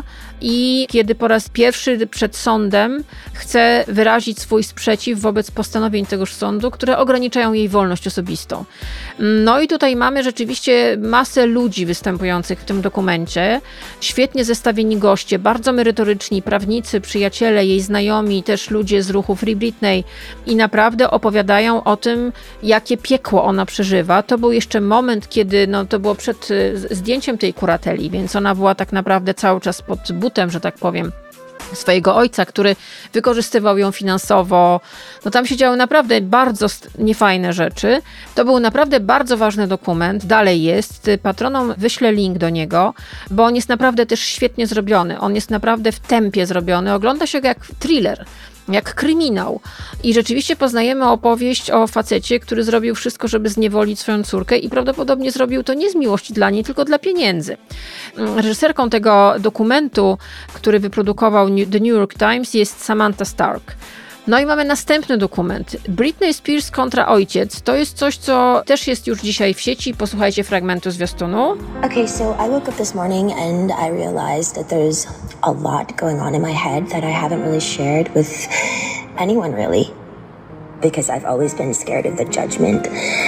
i kiedy po raz pierwszy przed sądem chce wyrazić swój sprzeciw wobec postanowień tegoż sądu, które ograniczają jej wolność osobistą. No i tutaj mamy rzeczywiście masę ludzi występujących w tym dokumencie, świetnie zestawieni goście, bardzo merytoryczni, prawnicy, przyjaciele, jej znajomi, też ludzie z ruchu Free Britney i naprawdę opowiadają o tym, jakie piekło ona przeżywa. To był jeszcze moment, kiedy no, to było przed zdjęciem tej kurateli, więc ona była tak naprawdę cały czas pod butem, że tak powiem, swojego ojca, który wykorzystywał ją finansowo. No tam się działy naprawdę bardzo niefajne rzeczy. To był naprawdę bardzo ważny dokument. Dalej jest. Patronom wyślę link do niego, bo on jest naprawdę też świetnie zrobiony. On jest naprawdę w tempie zrobiony. Ogląda się go jak thriller, jak kryminał. I rzeczywiście poznajemy opowieść o facecie, który zrobił wszystko, żeby zniewolić swoją córkę i prawdopodobnie zrobił to nie z miłości dla niej, tylko dla pieniędzy. Reżyserką tego dokumentu, który wyprodukował The New York Times, jest Samantha Stark. No i mamy następny dokument. Britney Spears kontra ojciec. To jest coś, co też jest już dzisiaj w sieci. Posłuchajcie fragmentu zwiastunu.
Okay, so I woke up this morning and I realized that there's a lot going on in my head that I haven't really shared with anyone really. Because I've always been scared of the judgment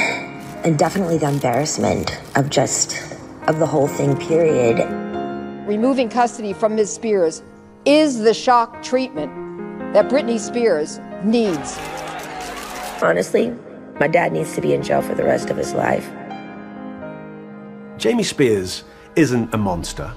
and definitely the embarrassment of just, of the whole thing, period.
Removing custody from Miz Spears is the shock treatment that Britney Spears needs.
Honestly,
My dad needs to be in jail for the rest of his life.
Jamie Spears isn't a monster.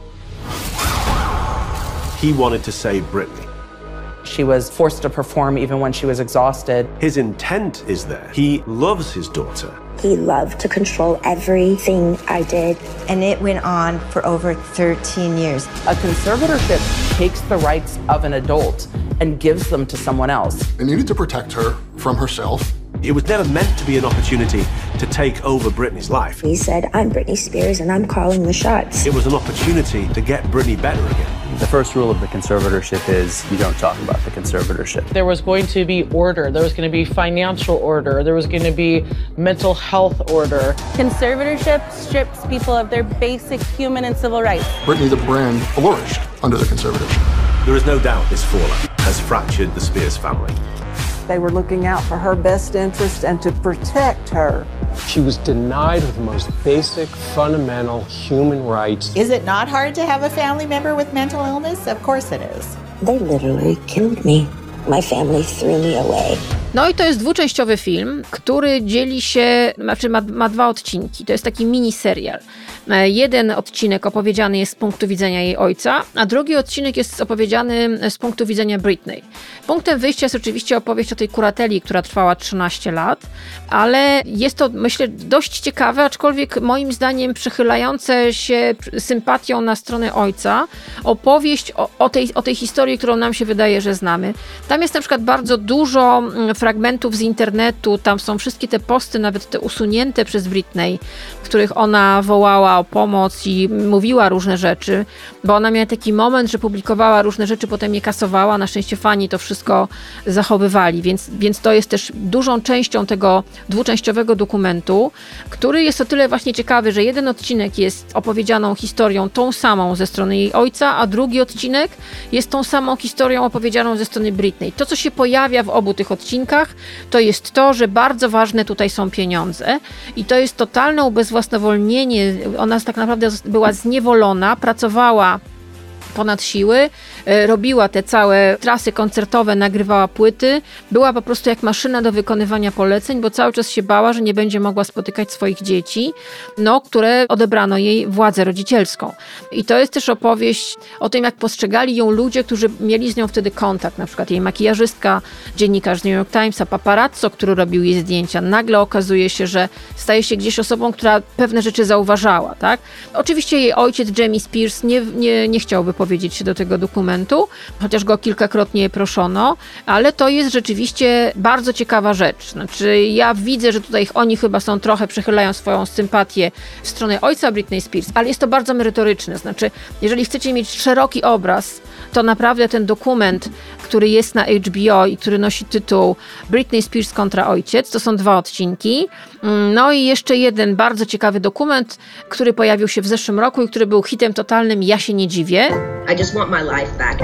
He wanted to save Britney.
She was forced to perform even when she was exhausted.
His intent is there. He loves his daughter.
He loved to control everything I did.
And it went on for over thirteen years.
A conservatorship takes the rights of an adult and gives them to someone else.
They needed to protect her from herself.
It was never meant to be an opportunity to take over Britney's life.
He said, I'm Britney Spears and I'm calling the shots.
It was an opportunity to get Britney better again.
The first rule of the conservatorship is you don't talk about the conservatorship.
There was going to be order. There was going to be financial order. There was going to be mental health order.
Conservatorship strips people of their basic human and civil rights.
Britney, the brand, flourished under the conservatorship.
There is no doubt this fallout has fractured the Spears family.
They were looking out for her best interest and to protect her.
She was denied of the most basic, fundamental human rights.
Is it not hard to have a family member with mental illness? Of course it is.
They literally killed me. My family threw me away.
No i to jest dwuczęściowy film, który dzieli się, znaczy ma, ma dwa odcinki. To jest taki mini serial. Jeden odcinek opowiedziany jest z punktu widzenia jej ojca, a drugi odcinek jest opowiedziany z punktu widzenia Britney. Punktem wyjścia jest oczywiście opowieść o tej kurateli, która trwała trzynaście lat, ale jest to, myślę, dość ciekawe, aczkolwiek moim zdaniem przychylające się sympatią na stronę ojca, opowieść o, o, tej, o tej historii, którą nam się wydaje, że znamy. Tam jest na przykład bardzo dużo fragmentów z internetu, tam są wszystkie te posty, nawet te usunięte przez Britney, w których ona wołała o pomoc i mówiła różne rzeczy, bo ona miała taki moment, że publikowała różne rzeczy, potem je kasowała, na szczęście fani to wszystko zachowywali, więc, więc to jest też dużą częścią tego dwuczęściowego dokumentu, który jest o tyle właśnie ciekawy, że jeden odcinek jest opowiedzianą historią tą samą ze strony jej ojca, a drugi odcinek jest tą samą historią opowiedzianą ze strony Britney. To, co się pojawia w obu tych odcinkach, to jest to, że bardzo ważne tutaj są pieniądze i to jest totalne ubezwłasnowolnienie. Ona tak naprawdę była zniewolona, pracowała ponad siły, robiła te całe trasy koncertowe, nagrywała płyty, była po prostu jak maszyna do wykonywania poleceń, bo cały czas się bała, że nie będzie mogła spotykać swoich dzieci, no, które odebrano jej władzę rodzicielską. I to jest też opowieść o tym, jak postrzegali ją ludzie, którzy mieli z nią wtedy kontakt, na przykład jej makijażystka, dziennikarz z New York Timesa, paparazzo, który robił jej zdjęcia. Nagle okazuje się, że staje się gdzieś osobą, która pewne rzeczy zauważała, tak? Oczywiście jej ojciec, Jamie Spears, nie, nie, nie chciałby powiedzieć się do tego dokumentu, chociaż go kilkakrotnie proszono, ale to jest rzeczywiście bardzo ciekawa rzecz. Znaczy, ja widzę, że tutaj oni chyba są trochę, przechylają swoją sympatię w stronę ojca Britney Spears, ale jest to bardzo merytoryczne. Znaczy, jeżeli chcecie mieć szeroki obraz, to naprawdę ten dokument, który jest na H B O i który nosi tytuł Britney Spears kontra ojciec, to są dwa odcinki. No i jeszcze jeden bardzo ciekawy dokument, który pojawił się w zeszłym roku i który był hitem totalnym, ja się nie dziwię.
I just want my life back.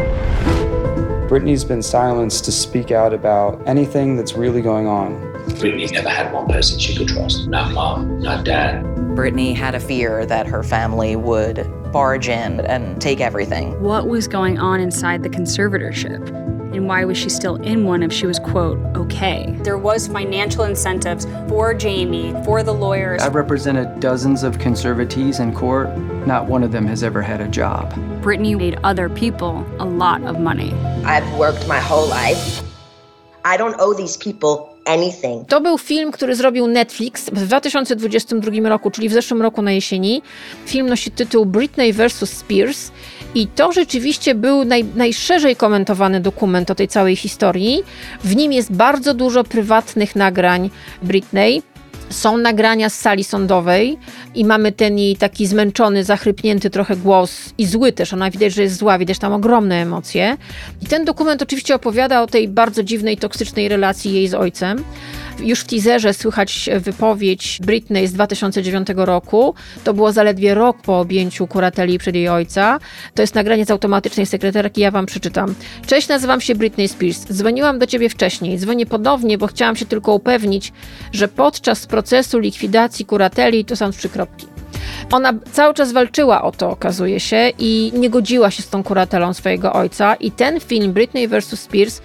Britney's been silenced to speak out about anything that's really going on.
Britney never had one person she could trust. Not mom, not dad.
Britney had a fear that her family would barge in and take everything.
What was going on inside the conservatorship? And why was she still in one if she was, quote, okay?
There was financial incentives for Jamie, for the lawyers.
I've represented dozens of conservatees in court. Not one of them has ever had a job.
Britney made other people a lot of money.
I've worked my whole life. I don't owe these people anything.
To był film, który zrobił Netflix w dwa tysiące dwudziestym drugim roku, czyli w zeszłym roku na jesieni. Film nosi tytuł Britney versus Spears i to rzeczywiście był naj, najszerzej komentowany dokument o tej całej historii. W nim jest bardzo dużo prywatnych nagrań Britney. Są nagrania z sali sądowej i mamy ten jej taki zmęczony, zachrypnięty trochę głos i zły też. Ona widać, że jest zła, widać tam ogromne emocje. I ten dokument oczywiście opowiada o tej bardzo dziwnej, toksycznej relacji jej z ojcem. Już w teaserze słychać wypowiedź Britney z dwa tysiące dziewiątego roku. To było zaledwie rok po objęciu kurateli przed jej ojca. To jest nagranie z automatycznej sekretarki, ja wam przeczytam. Cześć, nazywam się Britney Spears. Dzwoniłam do ciebie wcześniej. Dzwonię ponownie, bo chciałam się tylko upewnić, że podczas procesu likwidacji kurateli, to są trzy kropki. Ona cały czas walczyła o to, okazuje się, i nie godziła się z tą kuratelą swojego ojca. I ten film Britney versus Spears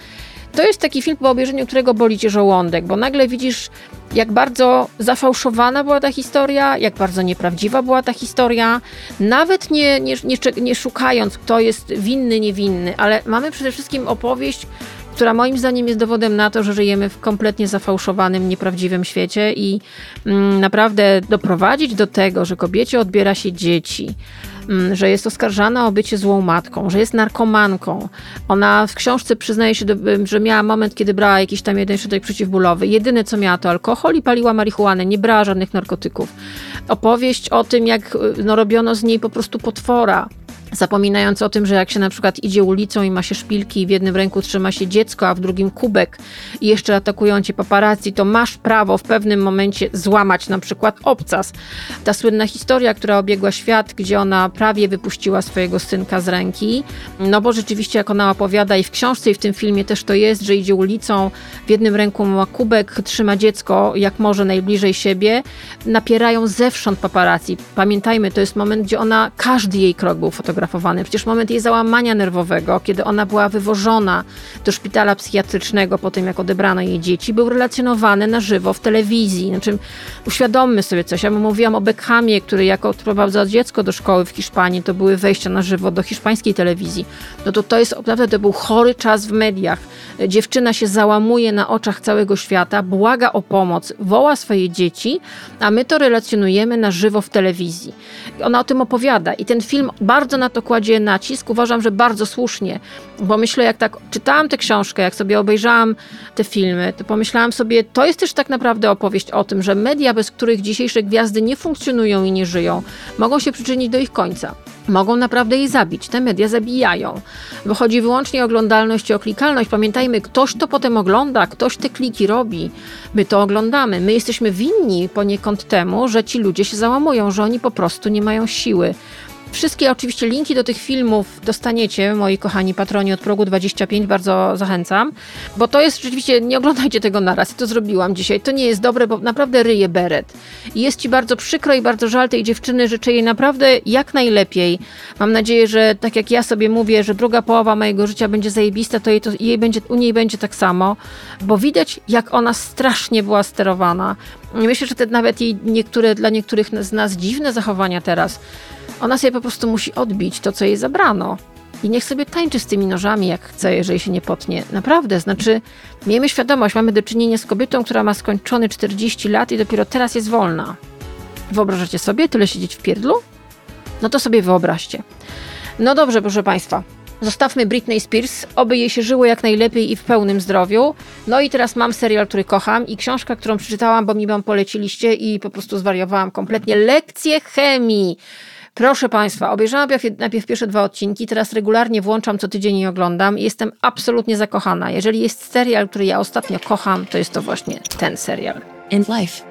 To jest taki film, po obejrzeniu którego boli cię żołądek, bo nagle widzisz, jak bardzo zafałszowana była ta historia, jak bardzo nieprawdziwa była ta historia, nawet nie, nie, nie, nie szukając, kto jest winny, niewinny, ale mamy przede wszystkim opowieść, która moim zdaniem jest dowodem na to, że żyjemy w kompletnie zafałszowanym, nieprawdziwym świecie i mm, naprawdę doprowadzić do tego, że kobiecie odbiera się dzieci, mm, że jest oskarżana o bycie złą matką, że jest narkomanką. Ona w książce przyznaje się, do, że miała moment, kiedy brała jakiś tam jeden środek przeciwbólowy. Jedyne, co miała, to alkohol i paliła marihuanę, nie brała żadnych narkotyków. Opowieść o tym, jak no, robiono z niej po prostu potwora. Zapominając o tym, że jak się na przykład idzie ulicą i ma się szpilki i w jednym ręku trzyma się dziecko, a w drugim kubek i jeszcze atakują cię paparazzi, to masz prawo w pewnym momencie złamać na przykład obcas. Ta słynna historia, która obiegła świat, gdzie ona prawie wypuściła swojego synka z ręki, no bo rzeczywiście jak ona opowiada i w książce i w tym filmie też to jest, że idzie ulicą, w jednym ręku ma kubek, trzyma dziecko jak może najbliżej siebie, napierają zewsząd paparazzi. Pamiętajmy, to jest moment, gdzie ona, każdy jej krok był fotografowany. Przecież moment jej załamania nerwowego, kiedy ona była wywożona do szpitala psychiatrycznego po tym, jak odebrano jej dzieci, był relacjonowany na żywo w telewizji. Znaczy, uświadommy sobie coś. Ja mówiłam o Beckhamie, który jako odprowadzał dziecko do szkoły w Hiszpanii, to były wejścia na żywo do hiszpańskiej telewizji. No to to jest, naprawdę to był chory czas w mediach. Dziewczyna się załamuje na oczach całego świata, błaga o pomoc, woła swoje dzieci, a my to relacjonujemy na żywo w telewizji. Ona o tym opowiada i ten film bardzo na to kładzie nacisk. Uważam, że bardzo słusznie, bo myślę, jak tak czytałam tę książkę, jak sobie obejrzałam te filmy, to pomyślałam sobie, to jest też tak naprawdę opowieść o tym, że media, bez których dzisiejsze gwiazdy nie funkcjonują i nie żyją, mogą się przyczynić do ich końca. Mogą naprawdę je zabić. Te media zabijają. Bo chodzi wyłącznie o oglądalność i o klikalność. Pamiętajmy, ktoś to potem ogląda, ktoś te kliki robi. My to oglądamy. My jesteśmy winni poniekąd temu, że ci ludzie się załamują, że oni po prostu nie mają siły. Wszystkie oczywiście linki do tych filmów dostaniecie, moi kochani patroni od progu dwadzieścia pięć, bardzo zachęcam, bo to jest rzeczywiście, nie oglądajcie tego naraz, to zrobiłam dzisiaj, to nie jest dobre, bo naprawdę ryje beret. I jest ci bardzo przykro i bardzo żal tej dziewczyny, życzę jej naprawdę jak najlepiej. Mam nadzieję, że tak jak ja sobie mówię, że druga połowa mojego życia będzie zajebista, to jej, to jej będzie, u niej będzie tak samo, bo widać, jak ona strasznie była sterowana. Myślę, że te nawet jej niektóre, dla niektórych z nas dziwne zachowania teraz, ona sobie po prostu musi odbić to, co jej zabrano. I niech sobie tańczy z tymi nożami, jak chce, jeżeli się nie potnie. Naprawdę, znaczy, miejmy świadomość, mamy do czynienia z kobietą, która ma skończone czterdzieści lat i dopiero teraz jest wolna. Wyobrażacie sobie tyle siedzieć w pierdlu? No to sobie wyobraźcie. No dobrze, proszę Państwa. Zostawmy Britney Spears, oby jej się żyło jak najlepiej i w pełnym zdrowiu. No i teraz mam serial, który kocham i książka, którą przeczytałam, bo mi wam poleciliście i po prostu zwariowałam kompletnie. Lekcje chemii. Proszę Państwa, obejrzałam najpierw pierwsze dwa odcinki, teraz regularnie włączam co tydzień i oglądam i jestem absolutnie zakochana. Jeżeli jest serial, który ja ostatnio kocham, to jest to właśnie ten serial.
In life,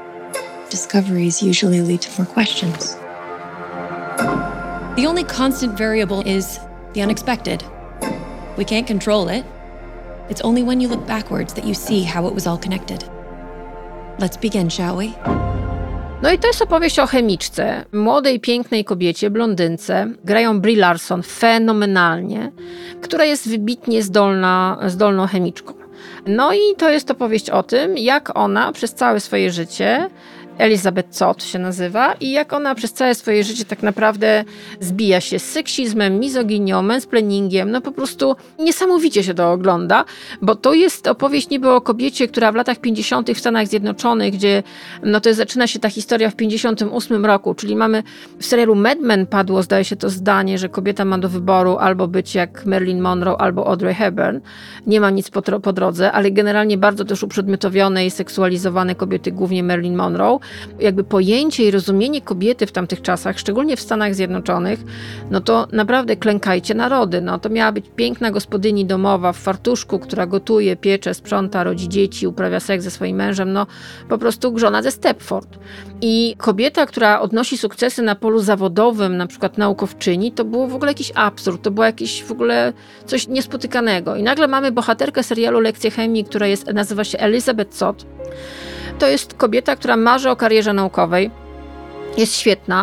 discoveries usually lead to more questions. The only constant variable is the unexpected. We can't control it. It's only when you look backwards that you see how it was all connected. Let's begin, shall we?
No i to jest opowieść o chemiczce, młodej, pięknej kobiecie, blondynce. Grają Brie Larson fenomenalnie, która jest wybitnie zdolna, zdolną chemiczką. No i to jest opowieść o tym, jak ona przez całe swoje życie, Elizabeth Zott się nazywa, i jak ona przez całe swoje życie tak naprawdę zbija się z seksizmem, mizoginią, mansplainingiem, no po prostu niesamowicie się to ogląda, bo to jest opowieść niby o kobiecie, która w latach pięćdziesiątych w Stanach Zjednoczonych, gdzie no to zaczyna się ta historia w pięćdziesiątym ósmym roku, czyli mamy w serialu Mad Men padło, zdaje się to zdanie, że kobieta ma do wyboru albo być jak Marilyn Monroe, albo Audrey Hepburn. Nie ma nic po, po drodze, ale generalnie bardzo też uprzedmiotowione i seksualizowane kobiety, głównie Marilyn Monroe. Jakby pojęcie i rozumienie kobiety w tamtych czasach, szczególnie w Stanach Zjednoczonych, no to naprawdę klękajcie narody. No to miała być piękna gospodyni domowa w fartuszku, która gotuje, piecze, sprząta, rodzi dzieci, uprawia seks ze swoim mężem, no po prostu żona ze Stepford. I kobieta, która odnosi sukcesy na polu zawodowym, na przykład naukowczyni, to było w ogóle jakiś absurd, to było jakieś w ogóle coś niespotykanego. I nagle mamy bohaterkę serialu Lekcje chemii, która jest, nazywa się Elizabeth Zott. To jest kobieta, która marzy o karierze naukowej, jest świetna,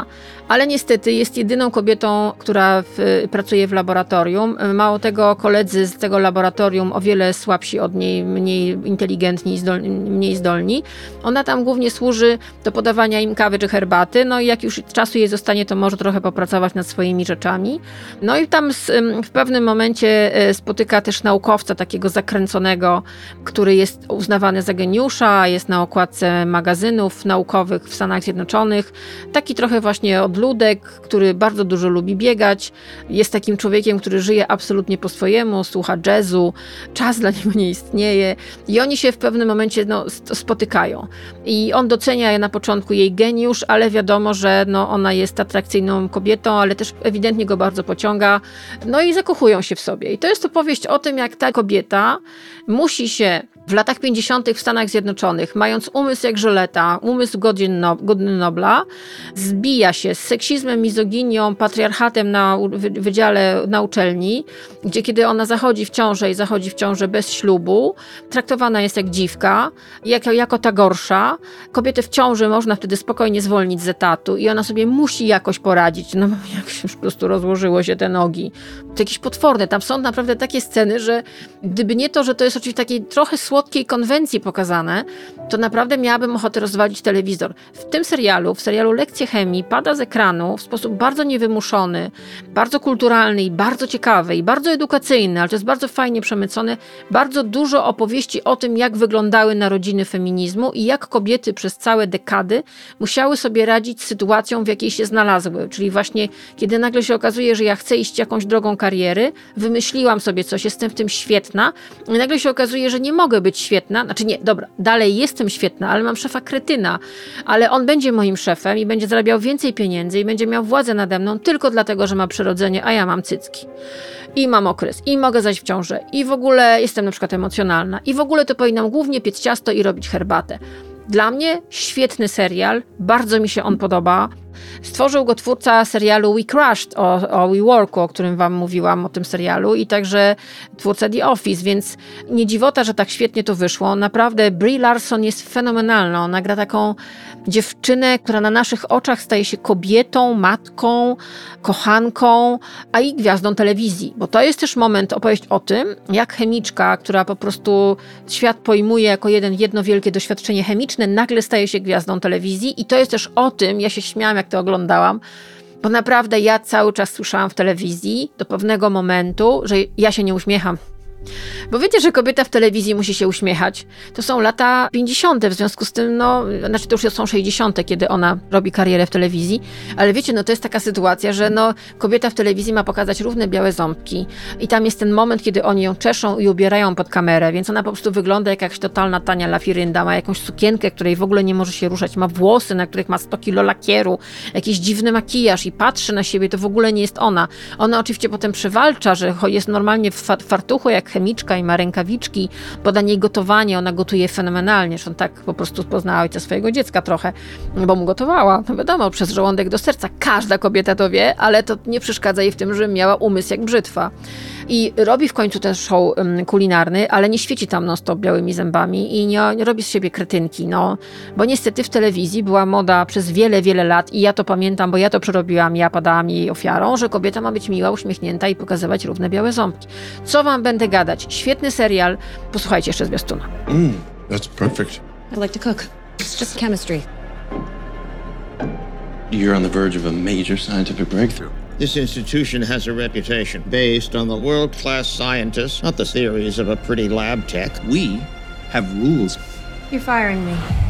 ale niestety jest jedyną kobietą, która w, pracuje w laboratorium. Mało tego, koledzy z tego laboratorium o wiele słabsi od niej, mniej inteligentni, zdolni, mniej zdolni. Ona tam głównie służy do podawania im kawy czy herbaty, no i jak już czasu jej zostanie, to może trochę popracować nad swoimi rzeczami. No i tam z, w pewnym momencie spotyka też naukowca takiego zakręconego, który jest uznawany za geniusza, jest na okładce magazynów naukowych w Stanach Zjednoczonych. Taki trochę właśnie odludek, który bardzo dużo lubi biegać. Jest takim człowiekiem, który żyje absolutnie po swojemu, słucha jazzu, czas dla niego nie istnieje i oni się w pewnym momencie no, spotykają. I on docenia na początku jej geniusz, ale wiadomo, że no, ona jest atrakcyjną kobietą, ale też ewidentnie go bardzo pociąga. No i zakochują się w sobie. I to jest opowieść o tym, jak ta kobieta musi się w latach pięćdziesiątych w Stanach Zjednoczonych, mając umysł jak żyleta, umysł godny, no, godny Nobla, zbija się z seksizmem, mizoginią, patriarchatem na wydziale na uczelni, gdzie kiedy ona zachodzi w ciążę i zachodzi w ciążę bez ślubu, traktowana jest jak dziwka, jako, jako ta gorsza. Kobietę w ciąży można wtedy spokojnie zwolnić z etatu i ona sobie musi jakoś poradzić. No jak się po prostu rozłożyło się te nogi. To jakieś potworne. Tam są naprawdę takie sceny, że gdyby nie to, że to jest oczywiście takiej trochę słodkiej konwencji pokazane, to naprawdę miałabym ochotę rozwalić telewizor. W tym serialu, w serialu Lekcje Chemii, pada z ekranu w sposób bardzo niewymuszony, bardzo kulturalny i bardzo ciekawy i bardzo edukacyjny, ale to jest bardzo fajnie przemycone, bardzo dużo opowieści o tym, jak wyglądały narodziny feminizmu i jak kobiety przez całe dekady musiały sobie radzić z sytuacją, w jakiej się znalazły. Czyli właśnie, kiedy nagle się okazuje, że ja chcę iść jakąś drogą kariery, wymyśliłam sobie coś, jestem w tym świetna i nagle się okazuje, że nie mogę być świetna, znaczy nie, dobra, dalej jestem świetna, ale mam szefa kretyna, ale on będzie moim szefem i będzie zarabiał więcej pieniędzy i będzie miał władzę nade mną tylko dlatego, że ma przyrodzenie, a ja mam cycki. I mam okres, i mogę zajść w ciążę, i w ogóle jestem na przykład emocjonalna, i w ogóle to powinnam głównie piec ciasto i robić herbatę. Dla mnie świetny serial, bardzo mi się on podoba. Stworzył go twórca serialu We Crushed o, o WeWorku, o którym wam mówiłam, o tym serialu, i także twórca The Office, więc nie dziwota, że tak świetnie to wyszło. Naprawdę Brie Larson jest fenomenalna. Ona gra taką dziewczynę, która na naszych oczach staje się kobietą, matką, kochanką, a i gwiazdą telewizji. Bo to jest też moment, opowieść o tym, jak chemiczka, która po prostu świat pojmuje jako jeden, jedno wielkie doświadczenie chemiczne, nagle staje się gwiazdą telewizji. I to jest też o tym, ja się śmiałam, jak to oglądałam, bo naprawdę ja cały czas słyszałam w telewizji do pewnego momentu, że ja się nie uśmiecham. Bo wiecie, że kobieta w telewizji musi się uśmiechać. To są lata pięćdziesiąte, w związku z tym, no, znaczy to już są sześćdziesiąte, kiedy ona robi karierę w telewizji, ale wiecie, no to jest taka sytuacja, że no, kobieta w telewizji ma pokazać równe białe ząbki i tam jest ten moment, kiedy oni ją czeszą i ubierają pod kamerę, więc ona po prostu wygląda jak jakaś totalna tania lafirynda, ma jakąś sukienkę, której w ogóle nie może się ruszać, ma włosy, na których ma sto kilo lakieru, jakiś dziwny makijaż i patrzy na siebie, to w ogóle nie jest ona. Ona oczywiście potem przewalcza, że jest normalnie w fartuchu jak chemiczka i ma rękawiczki, podanie jej gotowanie, ona gotuje fenomenalnie, że on tak po prostu poznała ojca swojego dziecka trochę, bo mu gotowała, no wiadomo, przez żołądek do serca. Każda kobieta to wie, ale to nie przeszkadza jej w tym, że miała umysł jak brzytwa. I robi w końcu ten show um, kulinarny, ale nie świeci tam non stop białymi zębami i nie, nie robi z siebie kretynki, no. Bo niestety w telewizji była moda przez wiele, wiele lat i ja to pamiętam, bo ja to przerobiłam, ja padałam jej ofiarą, że kobieta ma być miła, uśmiechnięta i pokazywać równe białe ząbki. Co wam będę gadać? Świetny serial. Posłuchajcie jeszcze zwiastuna.
Mm, that's perfect.
I like to cook. It's just chemistry.
You're on the verge of a major scientific breakthrough.
This institution has a reputation based on the world-class scientists, not the theories of a pretty lab tech.
We have rules.
You're firing me.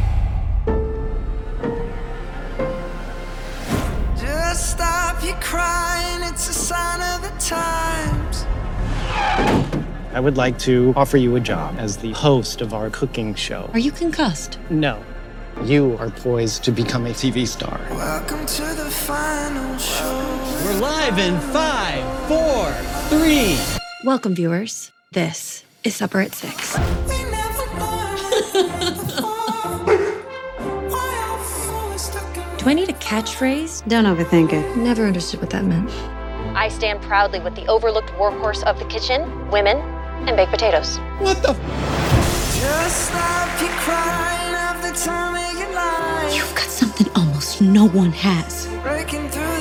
Just stop your crying, it's a sign of the times.
I would like to offer you a job as the host of our cooking show.
Are you concussed?
No. You are poised to become a T V star.
Welcome to the final show.
We're live in five, four, three.
Welcome, viewers. This is Supper at Six. Do I need a catchphrase?
Don't overthink it.
Never understood what that meant.
I stand proudly with the overlooked workhorse of the kitchen, women, and baked potatoes.
What the? Just stop your crying of the time of your life.
You've got something almost no one has.
Breaking through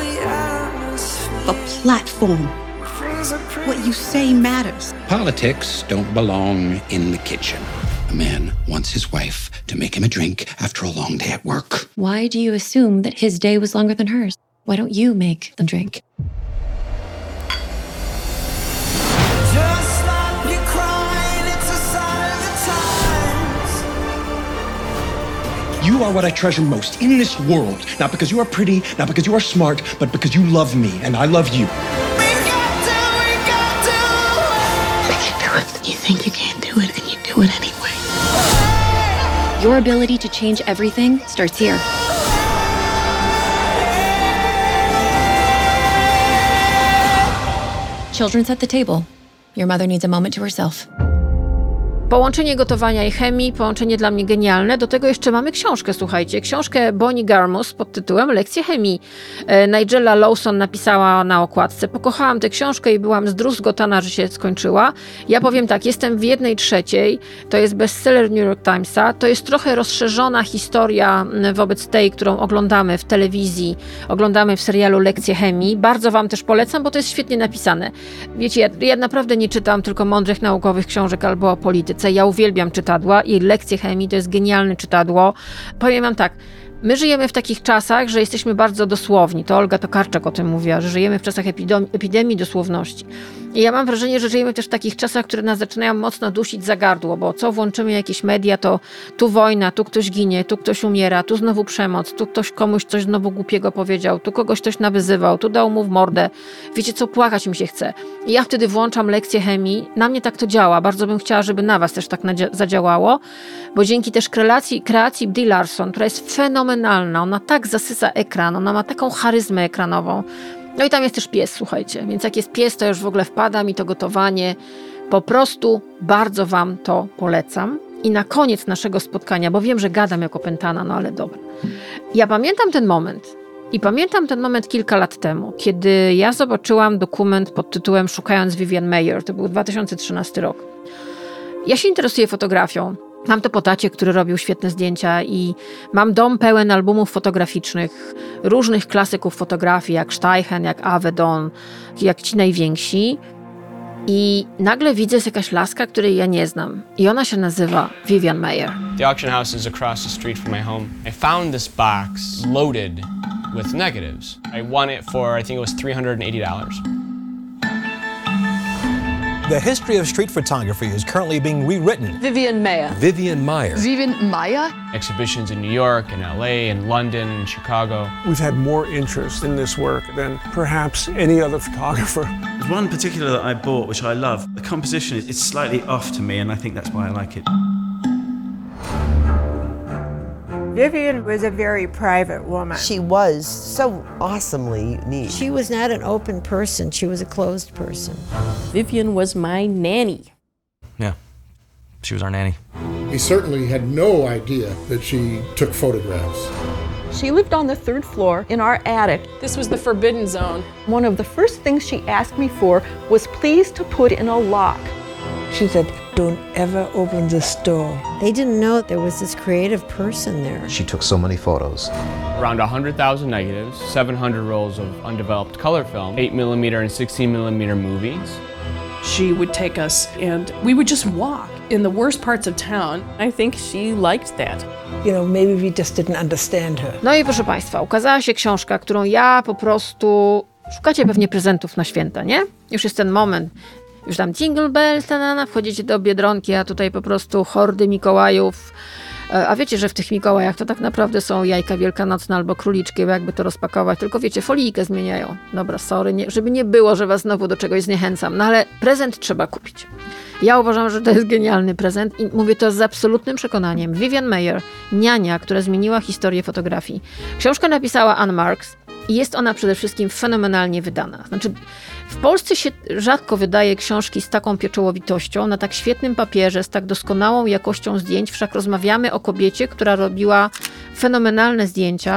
platform. What you say matters.
Politics don't belong in the kitchen. A man wants his wife to make him a drink after a long day at work.
Why do you assume that his day was longer than hers? Why don't you make them drink?
Just stop your crying, it's a sign of the times.
You are what I treasure most in this world. Not because you are pretty, not because you are smart, but because you love me and I love you.
You think you can't do it, and you do it anyway. Your ability to change everything starts here. Children's at the table. Your mother needs a moment to herself.
Połączenie gotowania i chemii, połączenie dla mnie genialne. Do tego jeszcze mamy książkę, słuchajcie. Książkę Bonnie Garmus pod tytułem Lekcje chemii. Nigella Lawson napisała na okładce. Pokochałam tę książkę i byłam zdruzgotana, że się skończyła. Ja powiem tak, jestem w jednej trzeciej. To jest bestseller New York Timesa. To jest trochę rozszerzona historia wobec tej, którą oglądamy w telewizji, oglądamy w serialu Lekcje chemii. Bardzo wam też polecam, bo to jest świetnie napisane. Wiecie, ja, ja naprawdę nie czytam tylko mądrych naukowych książek albo o polityce. Ja uwielbiam czytadła i Lekcje chemii to jest genialne czytadło. Powiem wam tak, my żyjemy w takich czasach, że jesteśmy bardzo dosłowni. To Olga Tokarczak o tym mówiła, że żyjemy w czasach epidemii, epidemii dosłowności. I ja mam wrażenie, że żyjemy też w takich czasach, które nas zaczynają mocno dusić za gardło, bo co włączymy jakieś media, to tu wojna, tu ktoś ginie, tu ktoś umiera, tu znowu przemoc, tu ktoś komuś coś znowu głupiego powiedział, tu kogoś ktoś nawyzywał, tu dał mu w mordę. Wiecie co, płakać mi się chce. I ja wtedy włączam Lekcje chemii. Na mnie tak to działa. Bardzo bym chciała, żeby na was też tak zadziałało, bo dzięki też kreacji, kreacji Brie Larson, która jest fenomenalna, ona tak zasysa ekran, ona ma taką charyzmę ekranową. No i tam jest też pies, słuchajcie. Więc jak jest pies, to już w ogóle wpada mi to gotowanie. Po prostu bardzo wam to polecam. I na koniec naszego spotkania, bo wiem, że gadam jako opętana, no ale dobra. Ja pamiętam ten moment. I pamiętam ten moment kilka lat temu, kiedy ja zobaczyłam dokument pod tytułem Szukając Vivian Maier. To był dwa tysiące trzynasty rok. Ja się interesuję fotografią. Mam to po tacie, który robił świetne zdjęcia i mam dom pełen albumów fotograficznych, różnych klasyków fotografii, jak Steichen, jak Avedon, jak ci najwięksi. I nagle widzę, jest jakaś laska, której ja nie znam. I ona się nazywa Vivian Maier.
The auction house is across the street from my home. I found this box loaded with negatives. I won it for, I think it was three hundred eighty dollars.
The history of street photography is currently being rewritten.
Vivian Maier.
Vivian Maier.
Vivian Maier?
Exhibitions in New York and L A and London and Chicago.
We've had more interest in this work than perhaps any other photographer.
There's one particular that I bought, which I love. The composition is slightly off to me, and I think that's why I like it.
Vivian was a very private woman.
She was so awesomely unique.
She was not an open person. She was a closed person.
Vivian was my nanny.
Yeah, she was our nanny.
We certainly had no idea that she took photographs.
She lived on the third floor in our attic.
This was the forbidden zone.
One of the first things she asked me for was please to put in a lock. She said, don't ever open this door. They didn't know there was this creative person there.
She took so many photos.
Around one hundred thousand negatives, seven hundred rolls of undeveloped color film, eight millimeter and sixteen millimeter movies.
She would take us and we would just walk in the worst parts of town. I think she liked that.
You know, maybe we just didn't understand her.
No i proszę Państwa, ukazała się książka, którą ja po prostu... Szukacie pewnie prezentów na święta, nie? Już jest ten moment. Już tam jingle bells, tanana, wchodzicie do Biedronki, a tutaj po prostu hordy Mikołajów. A wiecie, że w tych Mikołajach to tak naprawdę są jajka wielkanocne albo króliczki, bo jakby to rozpakować, tylko wiecie, folijkę zmieniają. Dobra, sorry, nie, żeby nie było, że was znowu do czegoś zniechęcam, no ale prezent trzeba kupić. Ja uważam, że to jest genialny prezent i mówię to z absolutnym przekonaniem. Vivian Maier, niania, która zmieniła historię fotografii. Książkę napisała Anne Marks i jest ona przede wszystkim fenomenalnie wydana. Znaczy, w Polsce się rzadko wydaje książki z taką pieczołowitością, na tak świetnym papierze, z tak doskonałą jakością zdjęć, wszak rozmawiamy o kobiecie, która robiła fenomenalne zdjęcia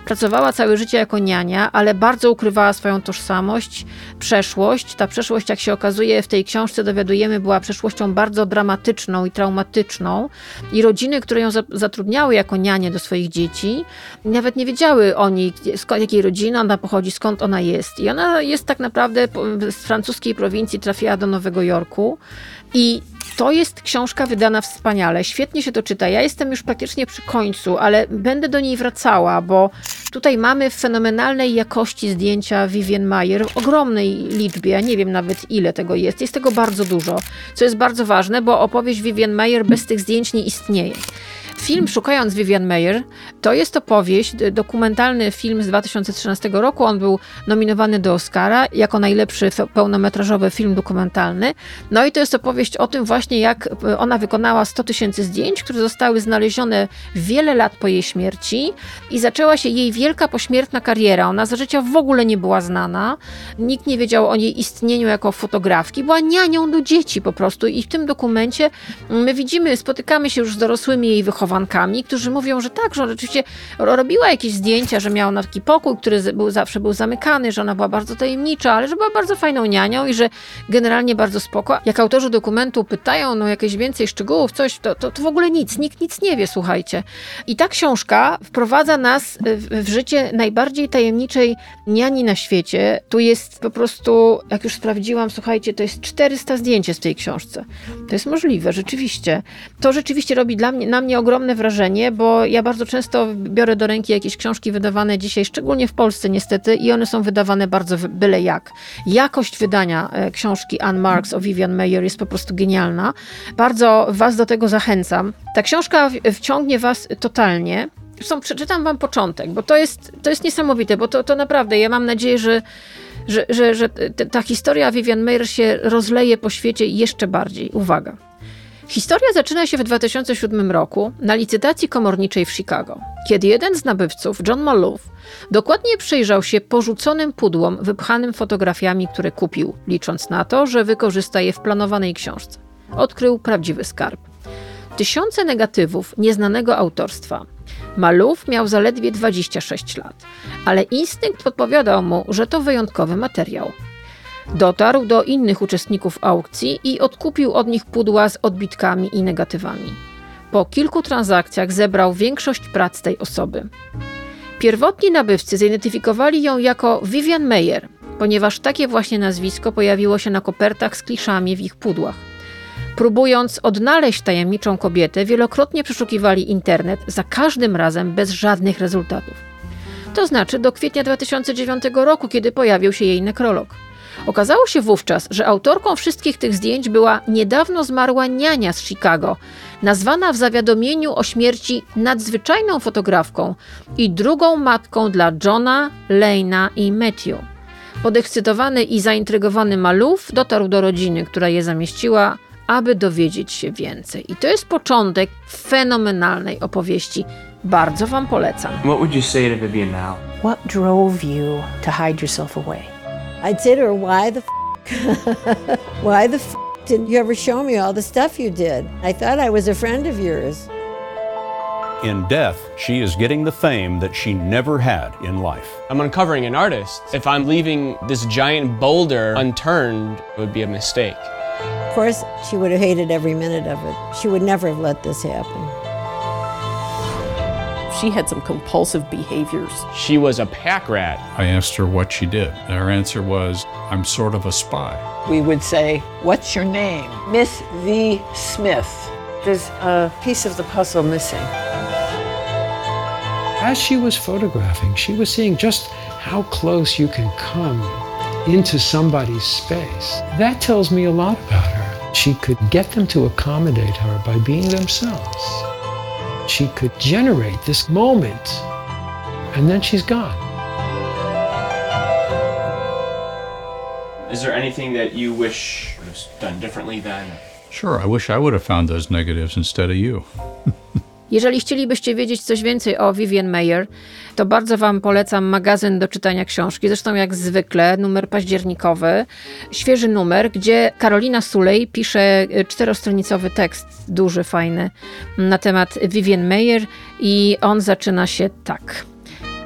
Pracowała całe życie jako niania, ale bardzo ukrywała swoją tożsamość, przeszłość. Ta przeszłość, jak się okazuje, w tej książce dowiadujemy, była przeszłością bardzo dramatyczną i traumatyczną. I rodziny, które ją zatrudniały jako nianię do swoich dzieci, nawet nie wiedziały o niej, z jakiej rodziny ona pochodzi, skąd ona jest. I ona jest tak naprawdę z francuskiej prowincji, trafiła do Nowego Jorku. I to jest książka wydana wspaniale, świetnie się to czyta. Ja jestem już praktycznie przy końcu, ale będę do niej wracała, bo tutaj mamy w fenomenalnej jakości zdjęcia Vivian Maier, w ogromnej liczbie, ja nie wiem nawet ile tego jest, jest tego bardzo dużo, co jest bardzo ważne, bo opowieść Vivian Maier bez tych zdjęć nie istnieje. Film Szukając Vivian Maier to jest opowieść, dokumentalny film z dwa tysiące trzynastego roku. On był nominowany do Oscara jako najlepszy pełnometrażowy film dokumentalny. No i to jest opowieść o tym właśnie, jak ona wykonała sto tysięcy zdjęć, które zostały znalezione wiele lat po jej śmierci i zaczęła się jej wielka pośmiertna kariera. Ona za życia w ogóle nie była znana. Nikt nie wiedział o jej istnieniu jako fotografki. Była nianią do dzieci po prostu i w tym dokumencie my widzimy, spotykamy się już z dorosłymi jej wychowankami, którzy mówią, że tak, że ona rzeczywiście robiła jakieś zdjęcia, że miała taki pokój, który był, zawsze był zamykany, że ona była bardzo tajemnicza, ale że była bardzo fajną nianią i że generalnie bardzo spoko. Jak autorzy dokumentu pytają no jakieś więcej szczegółów, coś, to, to, to w ogóle nic, nikt nic nie wie, słuchajcie. I ta książka wprowadza nas w, w życie najbardziej tajemniczej niani na świecie. Tu jest po prostu, jak już sprawdziłam, słuchajcie, to jest czterysta zdjęć w tej książce. To jest możliwe, rzeczywiście. To rzeczywiście robi dla mnie, na mnie ogromne wrażenie, bo ja bardzo często biorę do ręki jakieś książki wydawane dzisiaj, szczególnie w Polsce niestety, i one są wydawane bardzo byle jak. Jakość wydania książki Anne Marks o Vivian Maier jest po prostu genialna. Bardzo was do tego zachęcam. Ta książka wciągnie was totalnie. Zresztą przeczytam wam początek, bo to jest, to jest niesamowite, bo to, to naprawdę, ja mam nadzieję, że że, że, że ta historia Vivian Maier się rozleje po świecie jeszcze bardziej. Uwaga. Historia zaczyna się w dwa tysiące siódmym roku na licytacji komorniczej w Chicago, kiedy jeden z nabywców, John Maloof, dokładnie przyjrzał się porzuconym pudłom wypchanym fotografiami, które kupił, licząc na to, że wykorzysta je w planowanej książce. Odkrył prawdziwy skarb. Tysiące negatywów nieznanego autorstwa. Maloof miał zaledwie dwadzieścia sześć lat, ale instynkt podpowiadał mu, że to wyjątkowy materiał. Dotarł do innych uczestników aukcji i odkupił od nich pudła z odbitkami i negatywami. Po kilku transakcjach zebrał większość prac tej osoby. Pierwotni nabywcy zidentyfikowali ją jako Vivian Maier, ponieważ takie właśnie nazwisko pojawiło się na kopertach z kliszami w ich pudłach. Próbując odnaleźć tajemniczą kobietę, wielokrotnie przeszukiwali internet, za każdym razem bez żadnych rezultatów. To znaczy do kwietnia dwa tysiące dziewiątego roku, kiedy pojawił się jej nekrolog. Okazało się wówczas, że autorką wszystkich tych zdjęć była niedawno zmarła niania z Chicago, nazwana w zawiadomieniu o śmierci nadzwyczajną fotografką i drugą matką dla Johna, Lane'a i Matthew. Podekscytowany i zaintrygowany Maloof dotarł do rodziny, która je zamieściła, aby dowiedzieć się więcej. I to jest początek fenomenalnej opowieści. Bardzo wam polecam.
What would you say to Vivian now?
What drove you to hide yourself away?
I'd say to her, why the f***? Why the f*** didn't you ever show me all the stuff you did? I thought I was a friend of yours.
In death, she is getting the fame that she never had in life.
I'm uncovering an artist. If I'm leaving this giant boulder unturned, it would be a mistake.
Of course, she would have hated every minute of it. She would never have let this happen.
She had some compulsive behaviors.
She was a pack rat.
I asked her what she did. Her answer was, I'm sort of a spy.
We would say, what's your name? Miss V. Smith. There's a piece of the puzzle missing.
As she was photographing, she was seeing just how close you can come into somebody's space. That tells me a lot about her. She could get them to accommodate her by being themselves. She could generate this moment, and then she's gone.
Is there anything that you wish was done differently then?
Sure, I wish I would have found those negatives instead of you.
Jeżeli chcielibyście wiedzieć coś więcej o Vivian Maier, to bardzo wam polecam magazyn do czytania książki. Zresztą jak zwykle, numer październikowy, świeży numer, gdzie Karolina Sulej pisze czterostronicowy tekst, duży, fajny, na temat Vivian Maier i on zaczyna się tak.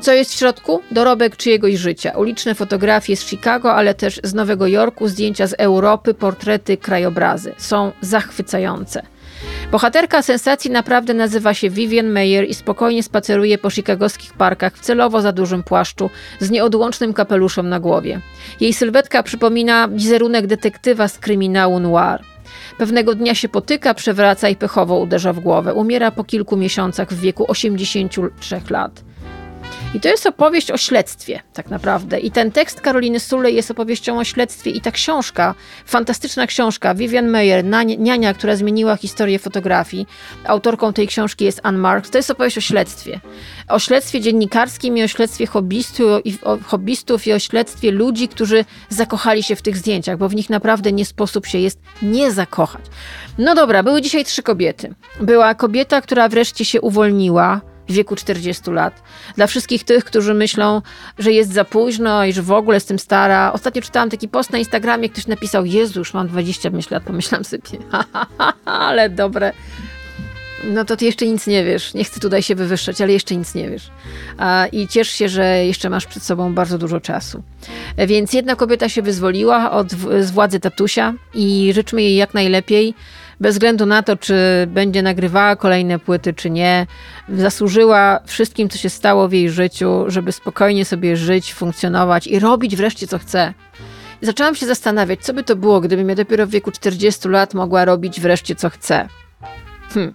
Co jest w środku? Dorobek czyjegoś życia. Uliczne fotografie z Chicago, ale też z Nowego Jorku, zdjęcia z Europy, portrety, krajobrazy. Są zachwycające. Bohaterka sensacji naprawdę nazywa się Vivian Maier i spokojnie spaceruje po chicagowskich parkach w celowo za dużym płaszczu z nieodłącznym kapeluszem na głowie. Jej sylwetka przypomina wizerunek detektywa z kryminału noir. Pewnego dnia się potyka, przewraca i pechowo uderza w głowę. Umiera po kilku miesiącach w wieku osiemdziesięciu trzech lat. I to jest opowieść o śledztwie, tak naprawdę. I ten tekst Karoliny Sulej jest opowieścią o śledztwie i ta książka, fantastyczna książka, Vivian Maier, niania, która zmieniła historię fotografii. Autorką tej książki jest Anne Marks. To jest opowieść o śledztwie. O śledztwie dziennikarskim i o śledztwie hobbystów i o, hobbystów i o śledztwie ludzi, którzy zakochali się w tych zdjęciach, bo w nich naprawdę nie sposób się jest nie zakochać. No dobra, były dzisiaj trzy kobiety. Była kobieta, która wreszcie się uwolniła w wieku czterdziestu lat. Dla wszystkich tych, którzy myślą, że jest za późno i że w ogóle jestem stara. Ostatnio czytałam taki post na Instagramie, ktoś napisał: Jezu, już mam dwadzieścia pięć lat, pomyślałam sobie, ha, ha, ha, ale dobre. No to ty jeszcze nic nie wiesz. Nie chcę tutaj się wywyższać, ale jeszcze nic nie wiesz. I ciesz się, że jeszcze masz przed sobą bardzo dużo czasu. Więc jedna kobieta się wyzwoliła od, z władzy tatusia i życzmy jej jak najlepiej. Bez względu na to, czy będzie nagrywała kolejne płyty, czy nie, zasłużyła wszystkim, co się stało w jej życiu, żeby spokojnie sobie żyć, funkcjonować i robić wreszcie, co chce. I zaczęłam się zastanawiać, co by to było, gdybym ja dopiero w wieku czterdziestu lat mogła robić wreszcie, co chce. Hm.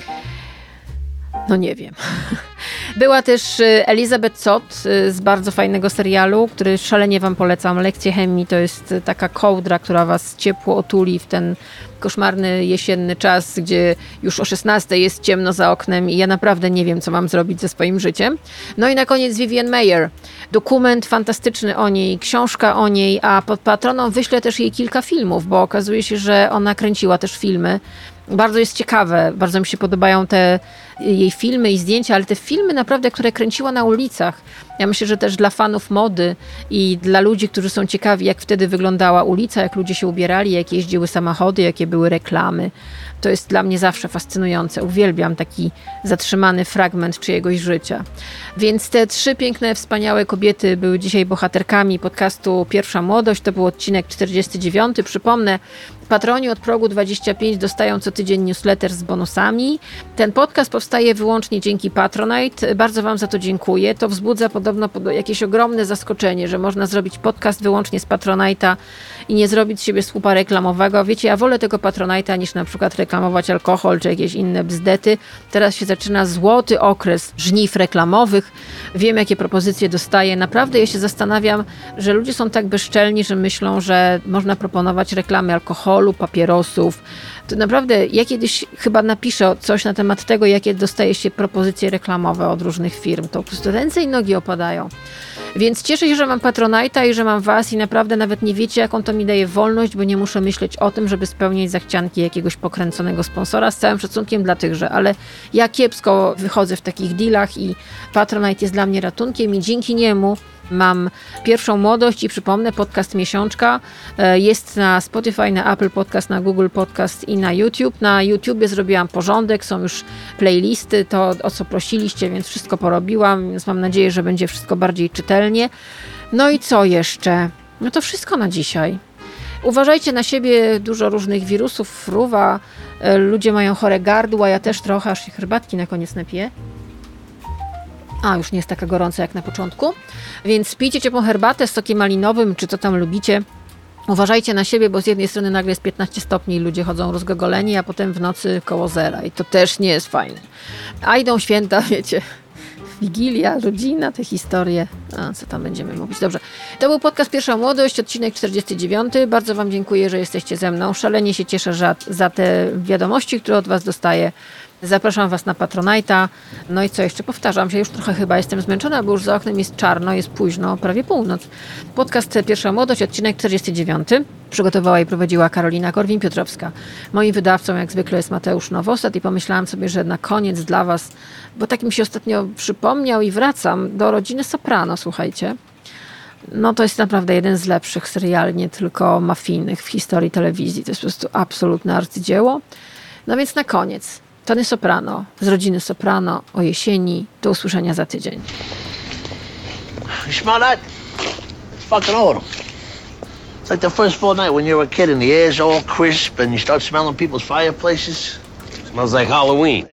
No nie wiem. Była też Elizabeth Zott z bardzo fajnego serialu, który szalenie wam polecam. Lekcje chemii to jest taka kołdra, która was ciepło otuli w ten koszmarny jesienny czas, gdzie już o szesnastej jest ciemno za oknem i ja naprawdę nie wiem, co mam zrobić ze swoim życiem. No i na koniec Vivian Maier. Dokument fantastyczny o niej, książka o niej, a pod patroną wyślę też jej kilka filmów, bo okazuje się, że ona kręciła też filmy. Bardzo jest ciekawe, bardzo mi się podobają te jej filmy i zdjęcia, ale te filmy naprawdę, które kręciła na ulicach. Ja myślę, że też dla fanów mody i dla ludzi, którzy są ciekawi, jak wtedy wyglądała ulica, jak ludzie się ubierali, jak jeździły samochody, jakie były reklamy. To jest dla mnie zawsze fascynujące. Uwielbiam taki zatrzymany fragment czyjegoś życia. Więc te trzy piękne, wspaniałe kobiety były dzisiaj bohaterkami podcastu Pierwsza Młodość. To był odcinek czterdziesty dziewiąty. Przypomnę, patroni od progu dwadzieścia pięć dostają co tydzień newsletter z bonusami. Ten podcast powstaje wyłącznie dzięki Patronite. Bardzo wam za to dziękuję. To wzbudza podobno jakieś ogromne zaskoczenie, że można zrobić podcast wyłącznie z Patronite'a i nie zrobić z siebie słupa reklamowego. Wiecie, ja wolę tego Patronite'a niż na przykład reklamować alkohol czy jakieś inne bzdety. Teraz się zaczyna złoty okres żniw reklamowych. Wiem, jakie propozycje dostaję. Naprawdę ja się zastanawiam, że ludzie są tak bezczelni, że myślą, że można proponować reklamy alkoholu, papierosów. To naprawdę, ja kiedyś chyba napiszę coś na temat tego, jakie dostaje się propozycje reklamowe od różnych firm. To po prostu ręce i nogi opadają. Więc cieszę się, że mam Patronite'a i że mam was i naprawdę nawet nie wiecie, jaką to mi daje wolność, bo nie muszę myśleć o tym, żeby spełniać zachcianki jakiegoś pokręconego sponsora, z całym szacunkiem dla tychże, ale ja kiepsko wychodzę w takich dealach i Patronite jest dla mnie ratunkiem i dzięki niemu mam Pierwszą Młodość i przypomnę, podcast Miesiączka jest na Spotify, na Apple Podcast, na Google Podcast i na YouTube. Na YouTubie zrobiłam porządek, są już playlisty, to o co prosiliście, więc wszystko porobiłam, więc mam nadzieję, że będzie wszystko bardziej czytelnie. No i co jeszcze? No to wszystko na dzisiaj. Uważajcie na siebie, dużo różnych wirusów fruwa, ludzie mają chore gardła, ja też trochę, aż się herbatki na koniec napiję. A, już nie jest taka gorąca jak na początku. Więc pijcie ciepłą herbatę z sokiem malinowym, czy co tam lubicie. Uważajcie na siebie, bo z jednej strony nagle jest piętnaście stopni i ludzie chodzą rozgogoleni, a potem w nocy koło zera. I to też nie jest fajne. A idą święta, wiecie, Wigilia, rodzina, te historie. A, co tam będziemy mówić? Dobrze. To był podcast Pierwsza Młodość, odcinek czterdziesty dziewiąty. Bardzo wam dziękuję, że jesteście ze mną. Szalenie się cieszę za, za te wiadomości, które od was dostaję. Zapraszam was na Patronite'a. No i co jeszcze? Powtarzam się, już trochę chyba jestem zmęczona, bo już za oknem jest czarno, jest późno, prawie północ. Podcast Pierwsza Młodość, odcinek czterdziesty dziewiąty. Przygotowała i prowadziła Karolina Korwin-Piotrowska. Moim wydawcą jak zwykle jest Mateusz Nowosad i pomyślałam sobie, że na koniec dla was, bo tak mi się ostatnio przypomniał i wracam do Rodziny Soprano, słuchajcie. No to jest naprawdę jeden z lepszych seriali, nie tylko mafijnych w historii telewizji. To jest po prostu absolutne arcydzieło. No więc na koniec Tony Soprano z Rodziny Soprano o jesieni. Do usłyszenia za tydzień.
You smell that? It's fucking autumn. It's like the first fall night when you're a kid and the air's all crisp and you start smelling people's fireplaces.
Smells like Halloween.